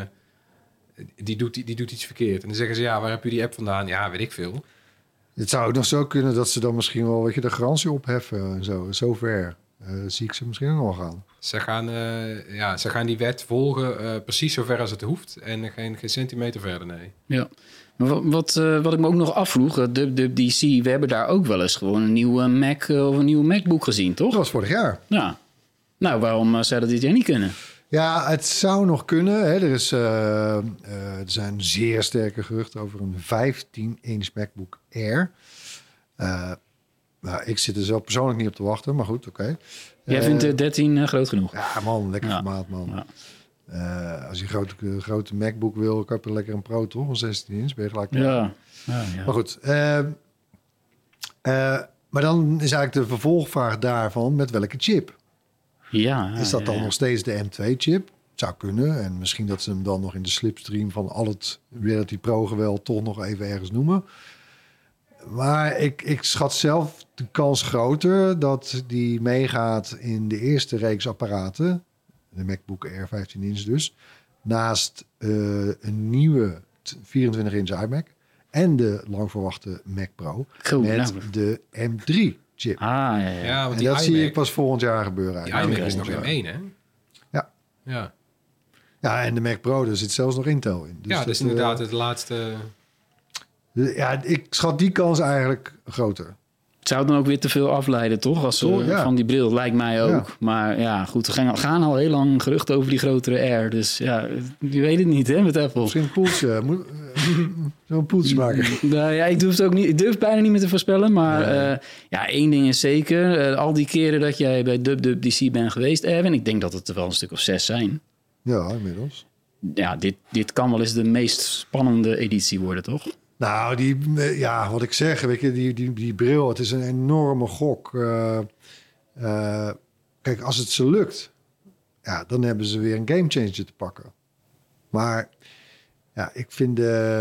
Speaker 2: die doet iets verkeerd. En dan zeggen ze, ja, waar heb je die app vandaan? Ja, weet ik veel.
Speaker 6: Het zou ook nog zo kunnen dat ze dan misschien wel de garantie opheffen en zo. Zover zie ik ze misschien ook nog wel gaan.
Speaker 2: Ze gaan die wet volgen precies zover als het hoeft. En geen centimeter verder, nee.
Speaker 5: Ja. Maar wat ik me ook nog afvroeg, de DC, we hebben daar ook wel eens gewoon een nieuwe Mac of een nieuwe MacBook gezien, toch?
Speaker 6: Dat was vorig jaar.
Speaker 5: Ja. Nou, waarom zou dat dit jaar niet kunnen?
Speaker 6: Ja, het zou nog kunnen. Hè. Er zijn zeer sterke geruchten over een 15-inch MacBook Air. Ik zit er zelf persoonlijk niet op te wachten, maar goed, oké.
Speaker 5: Jij vindt de 13 groot genoeg?
Speaker 6: Ja, man, lekker formaat, man. Ja. Als je een grote MacBook wil, koop je lekker een Pro, toch? Een 16 inch, ben je gelijk.
Speaker 5: Ja.
Speaker 6: Maar goed. Maar dan is eigenlijk de vervolgvraag daarvan, met welke chip?
Speaker 5: Ja,
Speaker 6: is dat dan nog steeds de M2-chip? Zou kunnen. En misschien dat ze hem dan nog in de slipstream van al het Reality Pro geweld toch nog even ergens noemen. Maar ik schat zelf de kans groter dat die meegaat in de eerste reeks apparaten. De MacBook Air 15 inch dus. Naast een nieuwe 24 inch iMac. En de lang verwachte Mac Pro.
Speaker 5: Goed,
Speaker 6: met de M3 chip.
Speaker 2: Ja, want
Speaker 6: En
Speaker 2: die
Speaker 6: dat zie
Speaker 2: iMac,
Speaker 6: ik pas volgend jaar gebeuren
Speaker 2: die
Speaker 6: eigenlijk.
Speaker 2: iMac is nog
Speaker 6: Volgend jaar.
Speaker 2: M1, hè?
Speaker 6: Ja.
Speaker 2: Ja,
Speaker 6: Ja, en de Mac Pro, daar zit zelfs nog Intel in. Dus
Speaker 2: ja, dat is inderdaad het laatste...
Speaker 6: ja, ik schat die kans eigenlijk groter.
Speaker 5: Het zou dan ook weer te veel afleiden, toch? Als van die bril, lijkt mij ook.
Speaker 6: Ja.
Speaker 5: Maar ja, goed, er gaan al heel lang geruchten over die grotere Air. Dus ja, je weet het niet, hè, met Apple.
Speaker 6: Misschien een poeltje. Zo'n poeltje maken.
Speaker 5: Nou ja, ik durf het ook niet. Ik durf bijna niet meer te voorspellen. Maar ja, één ding is zeker. Al die keren dat jij bij WWDC bent geweest, Erwin, ik denk dat het er wel een stuk of 6 zijn.
Speaker 6: Ja, inmiddels.
Speaker 5: Ja, dit kan wel eens de meest spannende editie worden, toch?
Speaker 6: Nou, wat ik zeg, weet je, die bril, het is een enorme gok. Kijk, als het ze lukt, ja, dan hebben ze weer een gamechanger te pakken. Maar ja, ik vind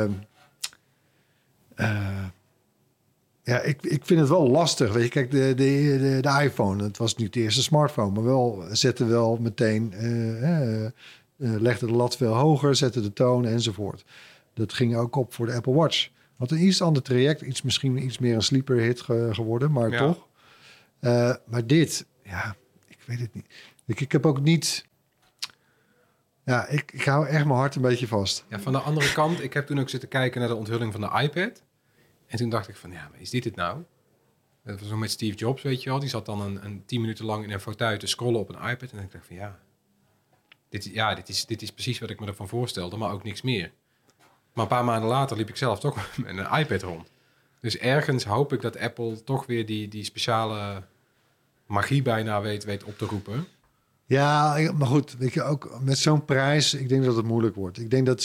Speaker 6: ik vind het wel lastig. Weet je, kijk, de iPhone, het was niet de eerste smartphone, maar wel zette wel meteen, legde de lat veel hoger, zette de toon enzovoort. Dat ging ook op voor de Apple Watch. Wat een iets ander traject, misschien iets meer een sleeper hit geworden, maar toch. Maar dit, ja, ik weet het niet. Ik heb ook niet... Ja, ik hou echt mijn hart een beetje vast.
Speaker 2: Ja, van de andere kant, ik heb toen ook zitten kijken naar de onthulling van de iPad. En toen dacht ik van, ja, maar is dit het nou? Dat was zo met Steve Jobs, weet je wel. Die zat dan een 10 minuten lang in een fauteuil te scrollen op een iPad. En ik dacht van, dit is precies wat ik me ervan voorstelde, maar ook niks meer. Maar een paar maanden later liep ik zelf toch met een iPad rond. Dus ergens hoop ik dat Apple toch weer die speciale magie bijna weet op te roepen.
Speaker 6: Ja, maar goed, weet je, ook met zo'n prijs, ik denk dat het moeilijk wordt. Ik denk dat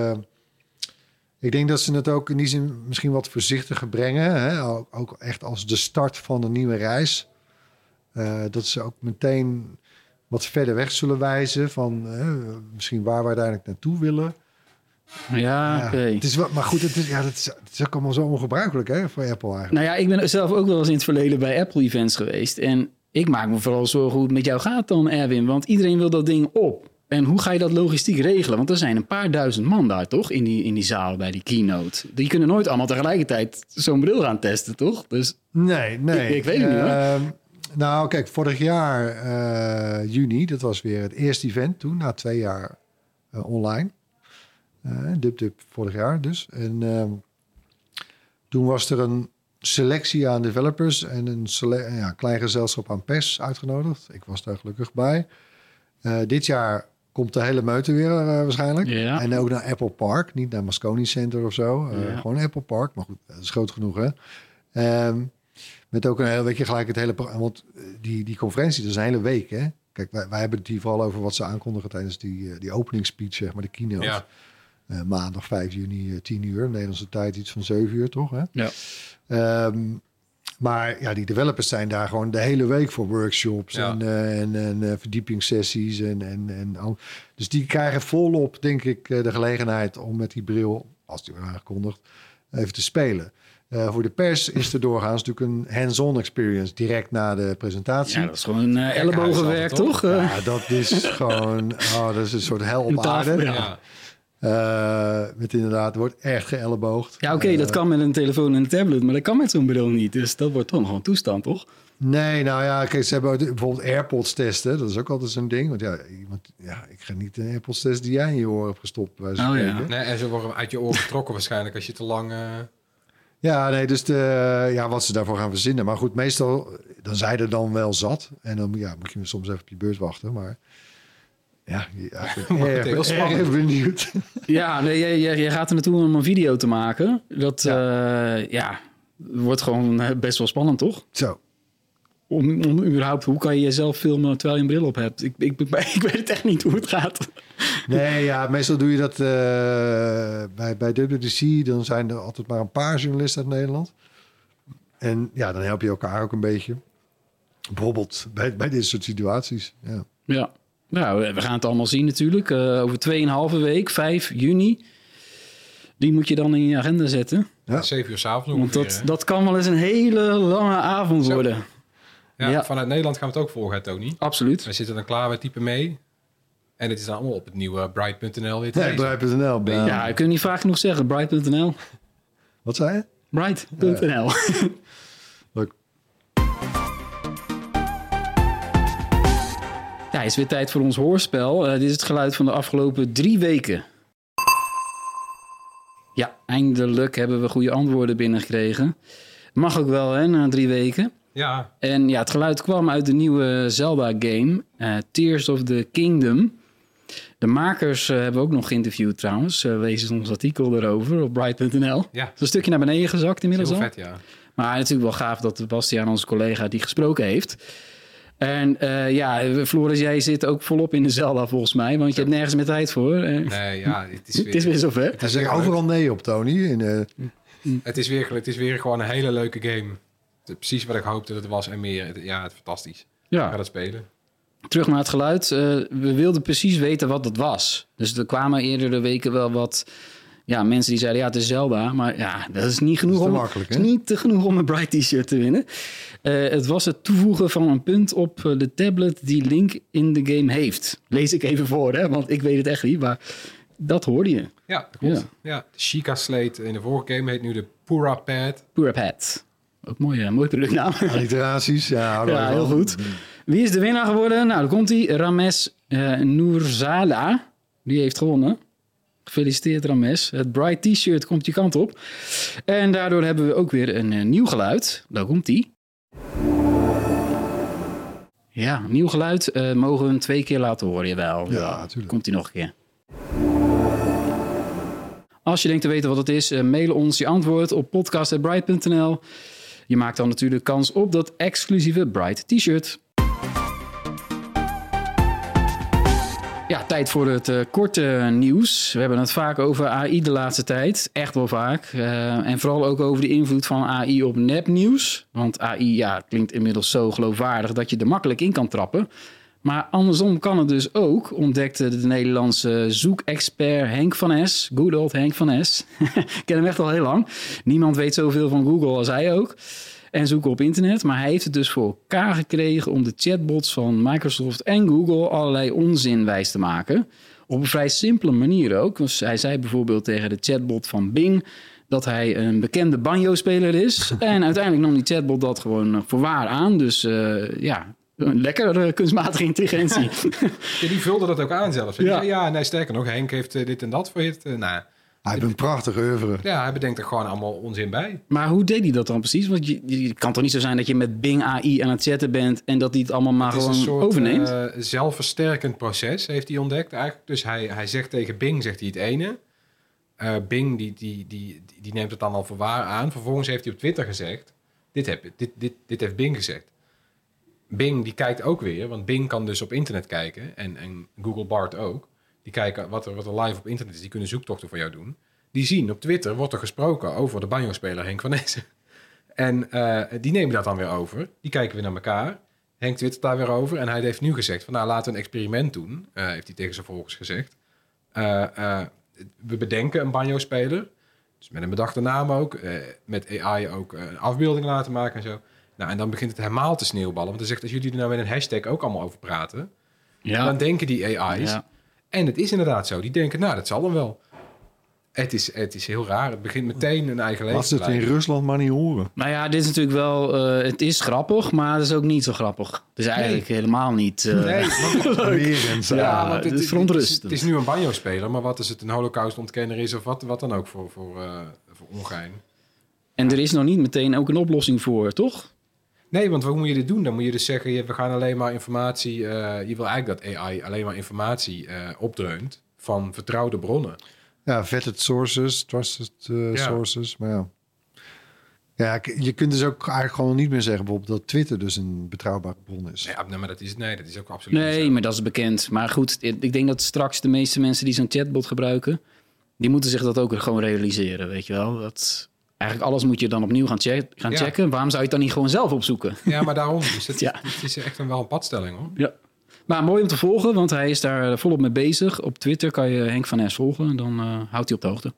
Speaker 6: ze het ook in die zin misschien wat voorzichtiger brengen. Hè? Ook echt als de start van een nieuwe reis. Dat ze ook meteen wat verder weg zullen wijzen van misschien waar we uiteindelijk naartoe willen.
Speaker 5: Ja, oké.
Speaker 6: Het is maar goed, het is ook allemaal zo ongebruikelijk, hè, voor Apple eigenlijk.
Speaker 5: Nou ja, ik ben zelf ook wel eens in het verleden bij Apple-events geweest. En ik maak me vooral zorgen hoe het met jou gaat dan, Erwin. Want iedereen wil dat ding op. En hoe ga je dat logistiek regelen? Want er zijn een paar duizend man daar, toch? In die zaal bij die keynote. Die kunnen nooit allemaal tegelijkertijd zo'n bril gaan testen, toch? Dus
Speaker 6: Nee.
Speaker 5: Ik weet het niet, hoor.
Speaker 6: Nou, kijk, vorig jaar juni, dat was weer het eerste event toen, na 2 jaar online. Dub vorig jaar dus. En toen was er een selectie aan developers en een klein gezelschap aan pers uitgenodigd. Ik was daar gelukkig bij. Dit jaar komt de hele meute weer waarschijnlijk.
Speaker 5: Ja.
Speaker 6: En ook naar Apple Park, niet naar Moscone Center of zo. Gewoon Apple Park, maar goed, dat is groot genoeg, hè. Met ook een hele weekje gelijk het hele... Want die conferentie, dat is een hele week, hè. Kijk, wij hebben het hier vooral over wat ze aankondigen tijdens die opening speech, zeg maar, de keynote.
Speaker 2: Ja.
Speaker 6: Maandag 5 juni, 10 uur. Nederlandse tijd iets van 7 uur, toch? Hè?
Speaker 5: ja.
Speaker 6: Maar ja, die developers zijn daar gewoon de hele week voor workshops en verdiepingssessies. Dus die krijgen volop, denk ik, de gelegenheid om met die bril, als die wordt aangekondigd, even te spelen. Voor de pers is er doorgaans natuurlijk een hands-on experience direct na de presentatie.
Speaker 5: Ja, dat is gewoon ellebogenwerk, toch?
Speaker 6: Ja, dat is gewoon... dat is een soort hel op aarde.
Speaker 2: Ja.
Speaker 6: Met inderdaad, wordt echt geëlleboogd.
Speaker 5: Ja, oké, dat kan met een telefoon en een tablet, maar dat kan met zo'n bril niet. Dus dat wordt dan gewoon toestand, toch?
Speaker 6: Nee, nou ja, kijk, ze hebben bijvoorbeeld AirPods testen. Dat is ook altijd zo'n ding. Want ik ga niet de AirPods testen die jij in je oren hebt gestopt.
Speaker 5: Ja.
Speaker 2: Nee, en ze worden uit je oren getrokken waarschijnlijk als je te lang...
Speaker 6: Ja, nee, dus wat ze daarvoor gaan verzinnen. Maar goed, meestal, dan zijn er dan wel zat. En dan moet je soms even op je beurt wachten, maar... Ja, ik ben
Speaker 2: heel spannend.
Speaker 6: erg benieuwd.
Speaker 5: Ja, nee, jij gaat er naartoe om een video te maken. Dat wordt gewoon best wel spannend, toch?
Speaker 6: Zo.
Speaker 5: Om überhaupt, hoe kan je jezelf filmen terwijl je een bril op hebt? Ik weet het echt niet hoe het gaat.
Speaker 6: Nee, ja, meestal doe je dat bij WWDC. Dan zijn er altijd maar een paar journalisten uit Nederland. En ja, dan help je elkaar ook een beetje. Bijvoorbeeld bij dit soort situaties. Ja.
Speaker 5: Nou, we gaan het allemaal zien natuurlijk. Over 2,5 week, 5 juni. Die moet je dan in je agenda zetten.
Speaker 6: Ja.
Speaker 2: 7 uur 's avonds
Speaker 5: Want
Speaker 2: ongeveer.
Speaker 5: dat kan wel eens een hele lange avond
Speaker 2: Zo.
Speaker 5: worden. Ja.
Speaker 2: Vanuit Nederland gaan we het ook volgen, hè, Tony?
Speaker 5: Absoluut.
Speaker 2: We zitten dan klaar, we typen mee. En het is dan allemaal op het nieuwe Bright.nl weer te
Speaker 6: Nee,
Speaker 2: lezen.
Speaker 6: Bright.nl.
Speaker 5: Ja, ik kan niet vaak genoeg zeggen. Bright.nl.
Speaker 6: Wat zei je?
Speaker 5: Bright.nl.
Speaker 6: Leuk.
Speaker 5: Ja, is weer tijd voor ons hoorspel. Dit is het geluid van de afgelopen 3 weken. Ja, eindelijk hebben we goede antwoorden binnengekregen. Mag ook wel, hè, na 3 weken.
Speaker 2: Ja.
Speaker 5: En ja, het geluid kwam uit de nieuwe Zelda-game, Tears of the Kingdom. De makers hebben we ook nog geïnterviewd trouwens. Lees ons artikel erover op Bright.nl.
Speaker 2: Ja.
Speaker 5: Het is een stukje naar beneden gezakt inmiddels
Speaker 2: Heel
Speaker 5: al.
Speaker 2: vet, ja.
Speaker 5: Maar natuurlijk wel gaaf dat Bastiaan, onze collega, die gesproken heeft. En Floris, jij zit ook volop in de Zelda volgens mij. Want je hebt nergens meer tijd voor.
Speaker 2: Nee, ja,
Speaker 5: Het is weer zover.
Speaker 6: Hij zegt overal nee op, Tony.
Speaker 2: Het is weer gewoon een hele leuke game. Het is precies wat ik hoopte dat het was en meer. Ja, het is fantastisch. Ik ga dat spelen.
Speaker 5: Terug naar het geluid. We wilden precies weten wat het was. Dus er kwamen eerder de weken wel wat mensen die zeiden... ja, het is Zelda, maar ja, dat is niet genoeg. Het is niet genoeg om een Bright T-shirt te winnen. Het was het toevoegen van een punt op de tablet die Link in de game heeft. Lees ik even voor, hè, want ik weet het echt niet, maar dat hoorde je.
Speaker 2: Ja, dat klopt. Ja. De Sheikah Slate in de vorige game heet nu de Pura Pad.
Speaker 5: Pura Pad. Ook mooi productnaam.
Speaker 6: Alliteraties, ja
Speaker 5: heel goed. Wie is de winnaar geworden? Nou, daar komt hij. Rames Noorzala. Die heeft gewonnen. Gefeliciteerd, Rames. Het Bright T-shirt komt je kant op. En daardoor hebben we ook weer een nieuw geluid. Daar komt hij. Ja, nieuw geluid. Mogen we hem 2 keer laten horen, jawel.
Speaker 6: Ja, natuurlijk.
Speaker 5: Komt hij nog een keer. Als je denkt te weten wat het is, mail ons je antwoord op podcast@bright.nl. Je maakt dan natuurlijk kans op dat exclusieve Bright T-shirt. Ja, tijd voor het korte nieuws. We hebben het vaak over AI de laatste tijd. Echt wel vaak. En vooral ook over de invloed van AI op nepnieuws. Want AI klinkt inmiddels zo geloofwaardig dat je er makkelijk in kan trappen. Maar andersom kan het dus ook, ontdekte de Nederlandse zoekexpert Henk van S. Good old Henk van S. Ik ken hem echt al heel lang. Niemand weet zoveel van Google als hij ook. En zoeken op internet. Maar hij heeft het dus voor elkaar gekregen om de chatbots van Microsoft en Google allerlei onzin wijs te maken. Op een vrij simpele manier ook. Dus hij zei bijvoorbeeld tegen de chatbot van Bing dat hij een bekende banjo-speler is. En uiteindelijk nam die chatbot dat gewoon voor waar aan. Dus een lekker kunstmatige intelligentie.
Speaker 2: Ja, die vulde dat ook aan zelfs. Nee, sterker nog, Henk heeft dit en dat voor je.
Speaker 6: Hij heeft een prachtige oeuvre.
Speaker 2: Ja, hij bedenkt er gewoon allemaal onzin bij.
Speaker 5: Maar hoe deed hij dat dan precies? Want je kan toch niet zo zijn dat je met Bing AI aan het chatten bent en dat hij het allemaal maar gewoon overneemt? Het is een
Speaker 2: soort zelfversterkend proces, heeft hij ontdekt eigenlijk. Dus hij zegt tegen Bing, zegt hij het ene. Bing die neemt het dan al voor waar aan. Vervolgens heeft hij op Twitter gezegd, dit heeft Bing gezegd. Bing die kijkt ook weer, want Bing kan dus op internet kijken en Google Bard ook. Die kijken wat er live op internet is. Die kunnen zoektochten voor jou doen. Die zien op Twitter, wordt er gesproken over de banjo-speler Henk van Essen. En die nemen dat dan weer over. Die kijken weer naar elkaar. Henk twittert daar weer over. En hij heeft nu gezegd van laten we een experiment doen. Heeft hij tegen zijn volgers gezegd. We bedenken een banjo-speler. Dus met een bedachte naam ook. Met AI ook een afbeelding laten maken en zo. Nou, en dan begint het helemaal te sneeuwballen. Want hij zegt, als jullie er nou met een hashtag ook allemaal over praten. Ja. Dan denken die AI's... Ja. En het is inderdaad zo. Die denken, dat zal dan wel. Het is heel raar. Het begint meteen een eigen leven.
Speaker 6: Laat ze het in Rusland maar niet horen.
Speaker 5: Nou ja, dit is natuurlijk wel... het is grappig, maar het is ook niet zo grappig. Het is eigenlijk helemaal niet...
Speaker 2: Nee,
Speaker 5: want het is verontrustend.
Speaker 2: Het is nu een banjo-speler, maar wat is het? Een holocaust-ontkenner is of wat dan ook voor ongein.
Speaker 5: En er is nog niet meteen ook een oplossing voor, toch?
Speaker 2: Nee, want hoe moet je dit doen? Dan moet je dus zeggen, we gaan alleen maar informatie... je wil eigenlijk dat AI alleen maar informatie opdreunt van vertrouwde bronnen.
Speaker 6: Ja, vetted sources, trusted sources. Maar ja, je kunt dus ook eigenlijk gewoon niet meer zeggen bijvoorbeeld dat Twitter dus een betrouwbare bron is.
Speaker 2: Nee, maar dat is ook absoluut niet zo.
Speaker 5: Nee, maar dat is bekend. Maar goed, ik denk dat straks de meeste mensen die zo'n chatbot gebruiken... die moeten zich dat ook gewoon realiseren, weet je wel. Eigenlijk alles moet je dan opnieuw gaan checken. Waarom zou je het dan niet gewoon zelf opzoeken?
Speaker 2: Ja, maar daarom. Dus het is echt wel een padstelling, hoor.
Speaker 5: Ja. Maar mooi om te volgen, want hij is daar volop mee bezig. Op Twitter kan je Henk van S volgen en dan houdt hij op de hoogte.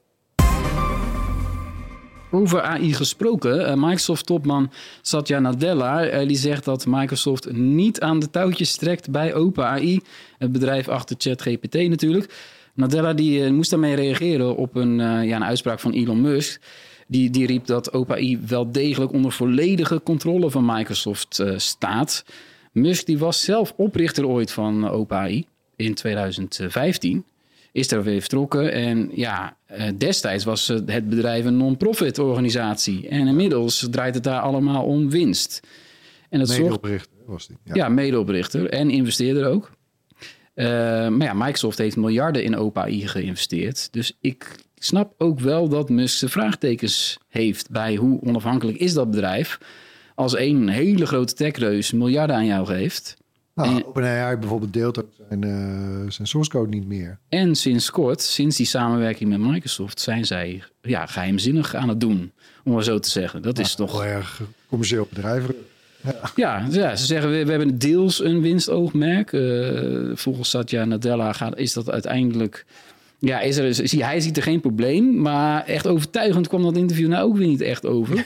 Speaker 5: Over AI gesproken, Microsoft-topman Satya Nadella... die zegt dat Microsoft niet aan de touwtjes trekt bij OpenAI. Het bedrijf achter ChatGPT natuurlijk. Nadella die moest daarmee reageren op een uitspraak van Elon Musk... Die riep dat OpenAI wel degelijk onder volledige controle van Microsoft staat. Musk die was zelf oprichter ooit van OpenAI in 2015. Is er weer vertrokken. En ja, destijds was het bedrijf een non-profit organisatie. En inmiddels draait het daar allemaal om winst. En dat
Speaker 6: medeoprichter was die.
Speaker 5: Ja, medeoprichter en investeerder ook. Maar ja, Microsoft heeft miljarden in OpenAI geïnvesteerd. Dus ik snap ook wel dat Musk zijn vraagtekens heeft bij hoe onafhankelijk is dat bedrijf. Als een hele grote techreus miljarden aan jou geeft.
Speaker 6: Nou, OpenAI bijvoorbeeld deelt ook zijn source code niet meer.
Speaker 5: En sinds kort, sinds die samenwerking met Microsoft, zijn zij geheimzinnig aan het doen. Om maar zo te zeggen. Dat is toch
Speaker 6: heel erg commercieel bedrijf.
Speaker 5: Ja, ze zeggen we hebben deels een winstoogmerk. Volgens Satya Nadella is dat uiteindelijk. Ja, hij ziet er geen probleem. Maar echt overtuigend kwam dat interview nou ook weer niet echt over.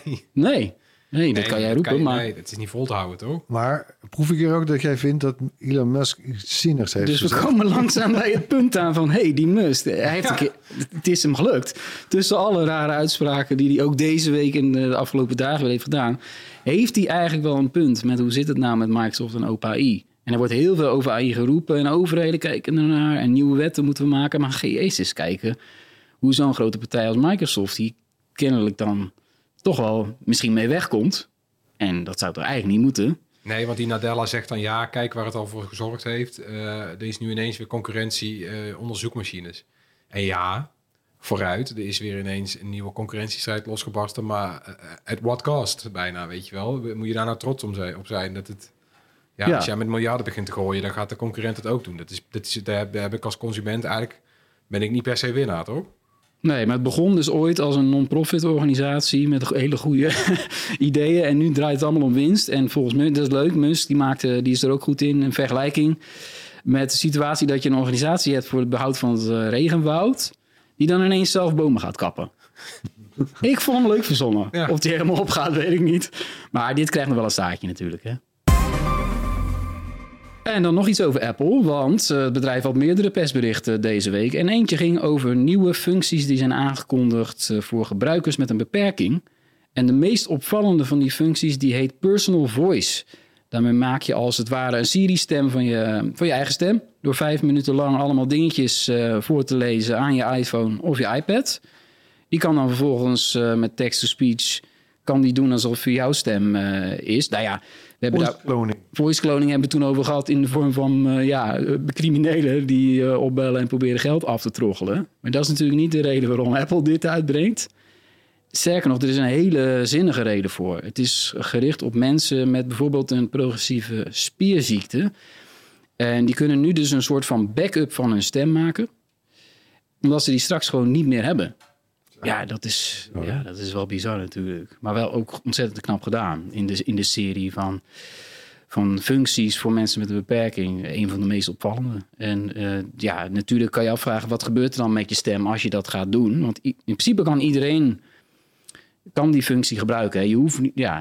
Speaker 5: Nee, dat kan jij roepen.
Speaker 2: Nee, dat is niet vol te houden, toch?
Speaker 6: Maar proef ik hier ook dat jij vindt dat Elon Musk iets zinnigs heeft
Speaker 5: Dus
Speaker 6: gezegd?
Speaker 5: we komen langzaam bij het punt aan van... die Musk, het is hem gelukt. Tussen alle rare uitspraken die hij ook deze week en de afgelopen dagen weer heeft gedaan... heeft hij eigenlijk wel een punt met hoe zit het nou met Microsoft en OpenAI. En er wordt heel veel over AI geroepen en overheden kijken ernaar... en nieuwe wetten moeten we maken. Maar ga eens kijken hoe zo'n grote partij als Microsoft... die kennelijk dan toch wel misschien mee wegkomt. En dat zou toch eigenlijk niet moeten...
Speaker 2: Nee, want die Nadella zegt dan ja, kijk waar het al voor gezorgd heeft. Er is nu ineens weer concurrentie onder zoekmachines. En ja, vooruit, er is weer ineens een nieuwe concurrentiestrijd losgebarsten. Maar at what cost bijna, weet je wel. Moet je daar nou trots op zijn? Dat het, als jij met miljarden begint te gooien, dan gaat de concurrent het ook doen. Daar heb ik als consument eigenlijk, ben ik niet per se winnaar, toch?
Speaker 5: Nee, maar het begon dus ooit als een non-profit organisatie met hele goede ideeën. En nu draait het allemaal om winst. En volgens mij, dat is leuk, Musk, die is er ook goed in. Een vergelijking met de situatie dat je een organisatie hebt voor het behoud van het regenwoud. Die dan ineens zelf bomen gaat kappen. Ik vond hem leuk verzonnen. Ja. Of die helemaal opgaat, weet ik niet. Maar dit krijgt nog wel een staartje natuurlijk, hè. En dan nog iets over Apple, want het bedrijf had meerdere persberichten deze week. En eentje ging over nieuwe functies die zijn aangekondigd voor gebruikers met een beperking. En de meest opvallende van die functies die heet Personal Voice. Daarmee maak je als het ware een Siri-stem van je eigen stem. Door 5 minuten lang allemaal dingetjes voor te lezen aan je iPhone of je iPad. Die kan dan vervolgens met text-to-speech kan die doen alsof het jouw stem is. Nou ja, we hebben voice cloning hebben we toen over gehad in de vorm van criminelen die opbellen en proberen geld af te troggelen. Maar dat is natuurlijk niet de reden waarom Apple dit uitbrengt. Sterker nog, er is een hele zinnige reden voor. Het is gericht op mensen met bijvoorbeeld een progressieve spierziekte. En die kunnen nu dus een soort van backup van hun stem maken. Omdat ze die straks gewoon niet meer hebben. Ja, dat is wel bizar natuurlijk. Maar wel ook ontzettend knap gedaan in de serie van functies voor mensen met een beperking. Een van de meest opvallende. En natuurlijk kan je afvragen, wat gebeurt er dan met je stem als je dat gaat doen? Want in principe kan iedereen die functie gebruiken. Hè. Je hoeft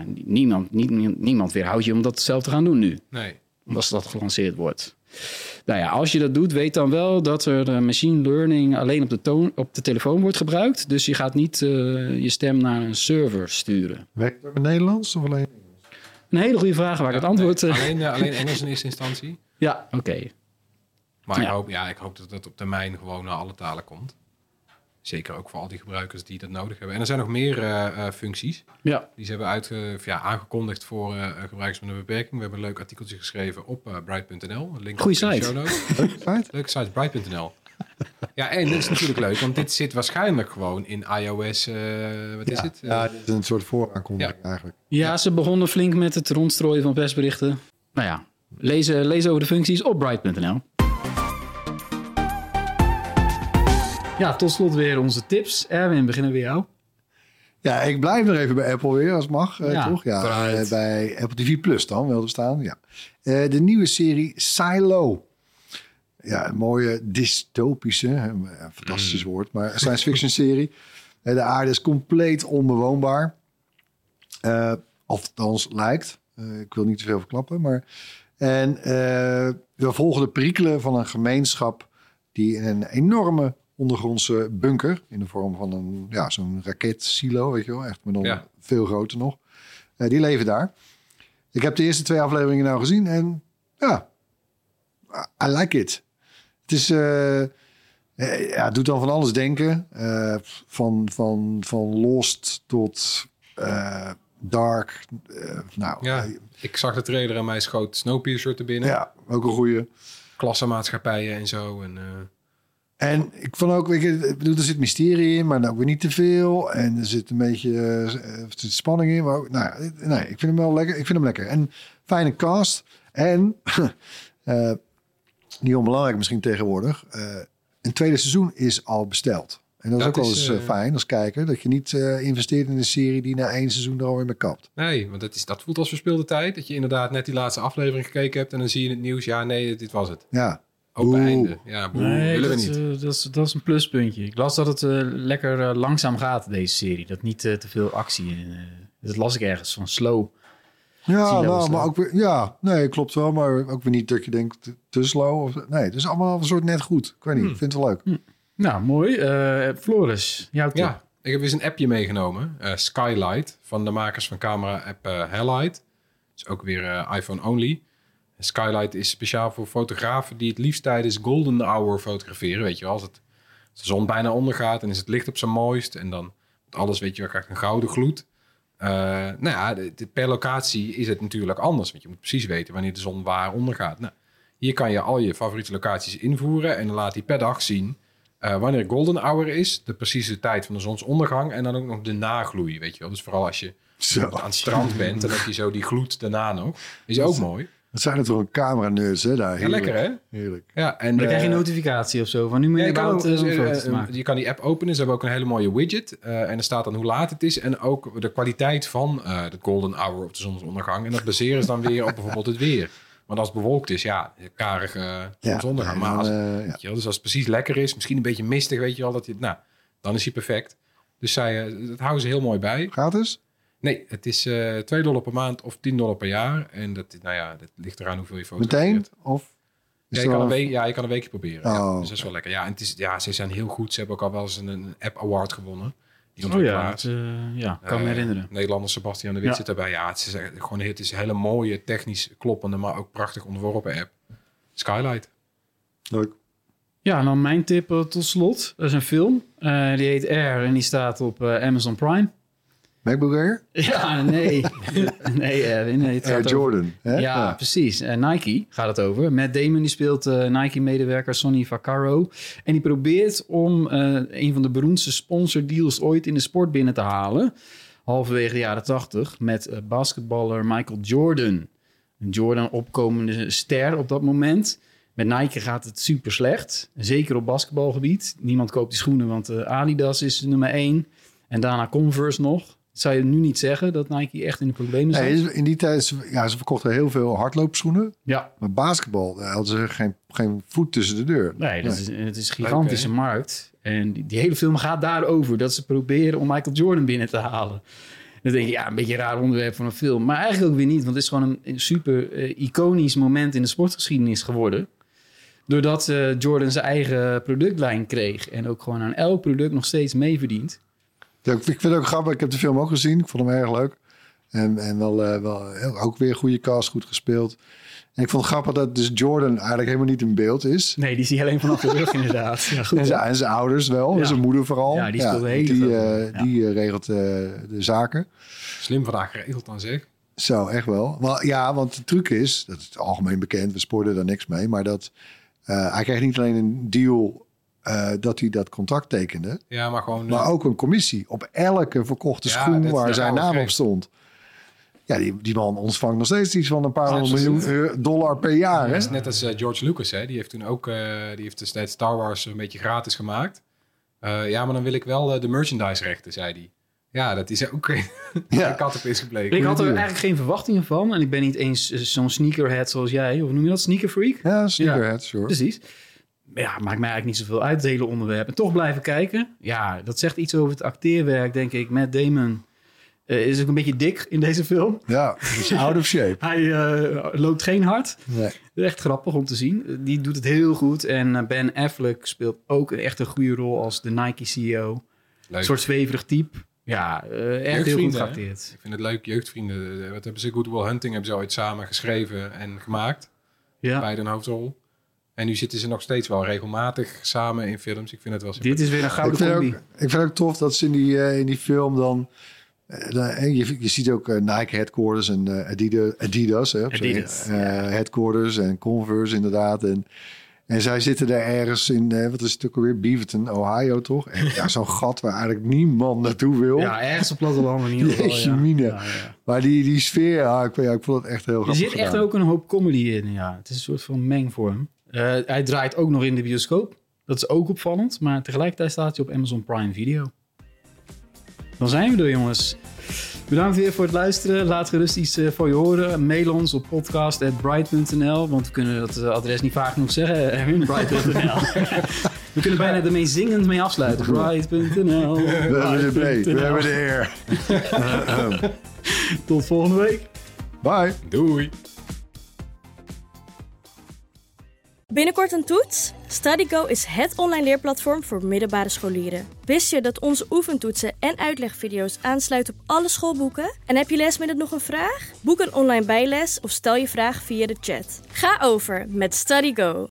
Speaker 5: niemand weerhoudt je om dat zelf te gaan doen nu. Nee. Omdat dat gelanceerd wordt. Nou ja, als je dat doet, weet dan wel dat er machine learning alleen op de telefoon wordt gebruikt. Dus je gaat niet je stem naar een server sturen.
Speaker 6: Werkt het in Nederlands of alleen Engels?
Speaker 5: Een hele goede vraag waar ik het antwoord...
Speaker 2: Alleen Engels in eerste instantie.
Speaker 5: Ja, oké.
Speaker 2: Maar ik hoop dat het op termijn gewoon naar alle talen komt. Zeker ook voor al die gebruikers die dat nodig hebben. En er zijn nog meer functies. Ja. Die ze hebben aangekondigd voor gebruikers met een beperking. We hebben een leuk artikeltje geschreven op Bright.nl.
Speaker 5: Goeie site.
Speaker 2: Leuke site, Bright.nl. Ja, en dat is natuurlijk leuk, want dit zit waarschijnlijk gewoon in iOS. Wat is het?
Speaker 6: Ja, dit is een soort vooraankondiging eigenlijk.
Speaker 5: Ja, ze begonnen flink met het rondstrooien van persberichten. Nou ja, lees over de functies op Bright.nl. Ja, tot slot weer onze tips. Erwin, beginnen we jou.
Speaker 6: Ja, ik blijf nog even bij Apple weer, als het mag. Toch? Ja, bij Apple TV Plus dan, wel te staan. Ja. De nieuwe serie Silo. Ja, een mooie dystopische, fantastisch woord, maar science fiction serie. De aarde is compleet onbewoonbaar. Althans lijkt. Ik wil niet te veel verklappen, maar... En we volgen de perikelen van een gemeenschap die in een enorme ondergrondse bunker in de vorm van zo'n raketsilo, weet je wel, echt, maar dan veel groter nog. Die leven daar. Ik heb de eerste 2 afleveringen nou gezien en ja, I like it. Het is, het doet dan van alles denken. Van Lost tot Dark.
Speaker 2: Ik zag de trailer en mij schoot Snowpiercer te binnen.
Speaker 6: Ja, ook een goeie.
Speaker 2: Klassemaatschappijen en zo.
Speaker 6: En ik vond ook, ik bedoel, er zit mysterie in, maar ook weer niet te veel. En er zit een beetje spanning in. Maar ook, ik vind hem wel lekker. Ik vind hem lekker. En fijne cast. En niet onbelangrijk misschien tegenwoordig. Een tweede seizoen is al besteld. En dat is ook wel eens fijn als kijker. Dat je niet investeert in een serie die na 1 seizoen er alweer mee kapt.
Speaker 2: Nee, want dat voelt als verspilde tijd. Dat je inderdaad net die laatste aflevering gekeken hebt. En dan zie je in het nieuws, ja nee, dit was het.
Speaker 6: Ja.
Speaker 2: Open einde. Ja, willen we niet.
Speaker 5: Dat is een pluspuntje. Ik las dat het lekker langzaam gaat, deze serie. Dat niet te veel actie in. Dat las ik ergens van slow.
Speaker 6: Ja, maar ook weer... Ja, nee, klopt wel. Maar ook weer niet dat je denkt te slow. Nee, het is allemaal een soort net goed. Ik weet niet, ik vind het wel leuk.
Speaker 5: Nou, mooi. Floris, jouw tip.
Speaker 2: Ja, ik heb eens een appje meegenomen. Skylight, van de makers van camera-app Halide. Is ook weer iPhone only. Skylight is speciaal voor fotografen die het liefst tijdens golden hour fotograferen. Weet je wel, als de zon bijna ondergaat en is het licht op zijn mooist. En dan alles, weet je wel, krijgt een gouden gloed. Per locatie is het natuurlijk anders. Want je moet precies weten wanneer de zon waar ondergaat. Nou, hier kan je al je favoriete locaties invoeren. En dan laat hij per dag zien wanneer golden hour is. De precieze tijd van de zonsondergang. En dan ook nog de nagloei, weet je wel. Dus vooral als je aan het strand bent, dan heb je zo die gloed daarna nog. Is ook mooi.
Speaker 6: Dat zijn er toch een camera-nerds, hè? Daar.
Speaker 2: Ja, lekker, hè?
Speaker 6: Heerlijk.
Speaker 2: Ja, en
Speaker 5: dan krijg je een notificatie of zo. Van nu moet je
Speaker 2: je kan die app openen. Ze hebben ook een hele mooie widget. En er staat dan hoe laat het is. En ook de kwaliteit van de golden hour op de zonsondergang. En dat baseren ze dan weer op bijvoorbeeld het weer. Want als het bewolkt is, karige zonsondergang. Maar dus als het precies lekker is, misschien een beetje mistig, weet je wel. Dan is hij perfect. Dus dat houden ze heel mooi bij.
Speaker 6: Gratis?
Speaker 2: Nee, het is $2 per maand of $10 per jaar. En dat ligt eraan hoeveel je fotografeert.
Speaker 6: Meteen? Of
Speaker 2: je kan een weekje proberen. Ja. Dus dat is wel lekker. Ja, en ze zijn heel goed. Ze hebben ook al wel eens een App Award gewonnen. Die
Speaker 5: kan me herinneren.
Speaker 2: Nederlander Sebastian de Wit zit erbij. Ja, het is een hele mooie, technisch kloppende, maar ook prachtig ontworpen app. Skylight.
Speaker 6: Leuk.
Speaker 5: Ja, en dan mijn tip tot slot. Dat is een film. Die heet Air en die staat op Amazon Prime.
Speaker 6: MacBook Air?
Speaker 5: Ja, nee. nee,
Speaker 6: Air Jordan. Hè?
Speaker 5: Ja, precies. Nike gaat het over. Matt Damon die speelt Nike-medewerker Sonny Vaccaro. En die probeert om een van de beroemdste sponsordeals ooit in de sport binnen te halen. Halverwege de jaren 80 met basketballer Michael Jordan. Een Jordan opkomende ster op dat moment. Met Nike gaat het super slecht. Zeker op basketbalgebied. Niemand koopt die schoenen, want Adidas is nummer 1. En daarna Converse nog. Zou je nu niet zeggen dat Nike echt in de problemen zat?
Speaker 6: Nee, in die tijd, ze verkochten heel veel hardloopschoenen.
Speaker 5: Ja.
Speaker 6: Maar basketbal hadden ze geen voet tussen de deur.
Speaker 5: Nee, het is een gigantische markt. En die hele film gaat daarover. Dat ze proberen om Michael Jordan binnen te halen. Dan denk je, een beetje een raar onderwerp van een film. Maar eigenlijk ook weer niet. Want het is gewoon een super iconisch moment in de sportgeschiedenis geworden. Doordat Jordan zijn eigen productlijn kreeg. En ook gewoon aan elk product nog steeds mee verdient.
Speaker 6: Ja, ik vind het ook grappig. Ik heb de film ook gezien. Ik vond hem erg leuk. En wel ook weer goede cast, goed gespeeld. En ik vond het grappig dat dus Jordan eigenlijk helemaal niet in beeld is.
Speaker 5: Nee, die zie je alleen vanaf de rug inderdaad. Ja, goed,
Speaker 6: en zijn ouders wel. En zijn moeder vooral.
Speaker 5: Ja, die speelt
Speaker 6: die regelt de zaken.
Speaker 2: Slim vandaag geregeld dan zeg.
Speaker 6: Zo, echt wel. Maar, want de truc is, dat is algemeen bekend. We spoorden daar niks mee. Maar dat hij kreeg niet alleen een deal... dat hij dat contract tekende.
Speaker 2: Ja,
Speaker 6: maar ook een commissie op elke verkochte schoen waar zijn naam op stond. Ja, die man ontvangt nog steeds iets van een paar $100 miljoen per jaar.
Speaker 2: Dat is net als George Lucas. Hè? Die heeft toen ook destijds Star Wars een beetje gratis gemaakt. Maar dan wil ik wel de merchandise rechten, zei hij. Ja, dat is ook een kat op is gebleken.
Speaker 5: Ik had er eigenlijk geen verwachtingen van. En ik ben niet eens zo'n sneakerhead zoals jij. Of noem je dat? Sneakerfreak?
Speaker 6: Ja, sneakerhead, sure.
Speaker 5: Precies. Ja, maakt mij eigenlijk niet zoveel uit, het hele onderwerp. En toch blijven kijken. Ja, dat zegt iets over het acteerwerk, denk ik. Matt Damon is ook een beetje dik in deze film.
Speaker 6: Ja, is out of shape.
Speaker 5: Hij loopt geen hard.
Speaker 6: Nee.
Speaker 5: Echt grappig om te zien. Die doet het heel goed. En Ben Affleck speelt ook echt een goede rol als de Nike-CEO. Een soort zweverig type. Ja, echt heel goed
Speaker 2: Jeugdvrienden, hè?
Speaker 5: geacteerd.
Speaker 2: Ik vind het leuk, jeugdvrienden. Wat hebben ze? Good Will Hunting hebben ze ooit samen geschreven en gemaakt.
Speaker 5: Ja.
Speaker 2: Beide een hoofdrol. En nu zitten ze nog steeds wel regelmatig samen in films. Ik vind het wel
Speaker 5: Dit is weer een gouden combi.
Speaker 6: Ik vind ook tof dat ze in die film dan... je ziet ook Nike Headquarters en Adidas. Hè,
Speaker 5: Adidas,
Speaker 6: Headquarters en Converse inderdaad. En zij zitten daar ergens in, wat is het ook alweer? Beaverton, Ohio, toch? En ja, zo'n gat waar eigenlijk niemand naartoe wil.
Speaker 5: Ja, ergens op platteland in ieder geval.
Speaker 6: Jeetje mine.
Speaker 5: Ja.
Speaker 6: Maar die sfeer, ik vond het echt heel
Speaker 5: Er
Speaker 6: grappig
Speaker 5: zit echt
Speaker 6: gedaan.
Speaker 5: ook een hoop comedy in. Ja, het is een soort van mengvorm. Hij draait ook nog in de bioscoop. Dat is ook opvallend. Maar tegelijkertijd staat hij op Amazon Prime Video. Dan zijn we er, jongens. Bedankt weer voor het luisteren. Laat gerust iets van je horen. Mail ons op podcast@bright.nl. Want we kunnen dat adres niet vaak genoeg zeggen. Bright.nl. We kunnen bijna ermee zingend mee afsluiten. Bright.nl.
Speaker 6: We hebben de B, we hebben de R.
Speaker 5: Tot volgende week.
Speaker 6: Bye.
Speaker 2: Doei!
Speaker 1: Binnenkort een toets? StudyGo is het online leerplatform voor middelbare scholieren. Wist je dat onze oefentoetsen en uitlegvideo's aansluiten op alle schoolboeken? En heb je lesmiddag nog een vraag? Boek een online bijles of stel je vraag via de chat. Ga over met StudyGo.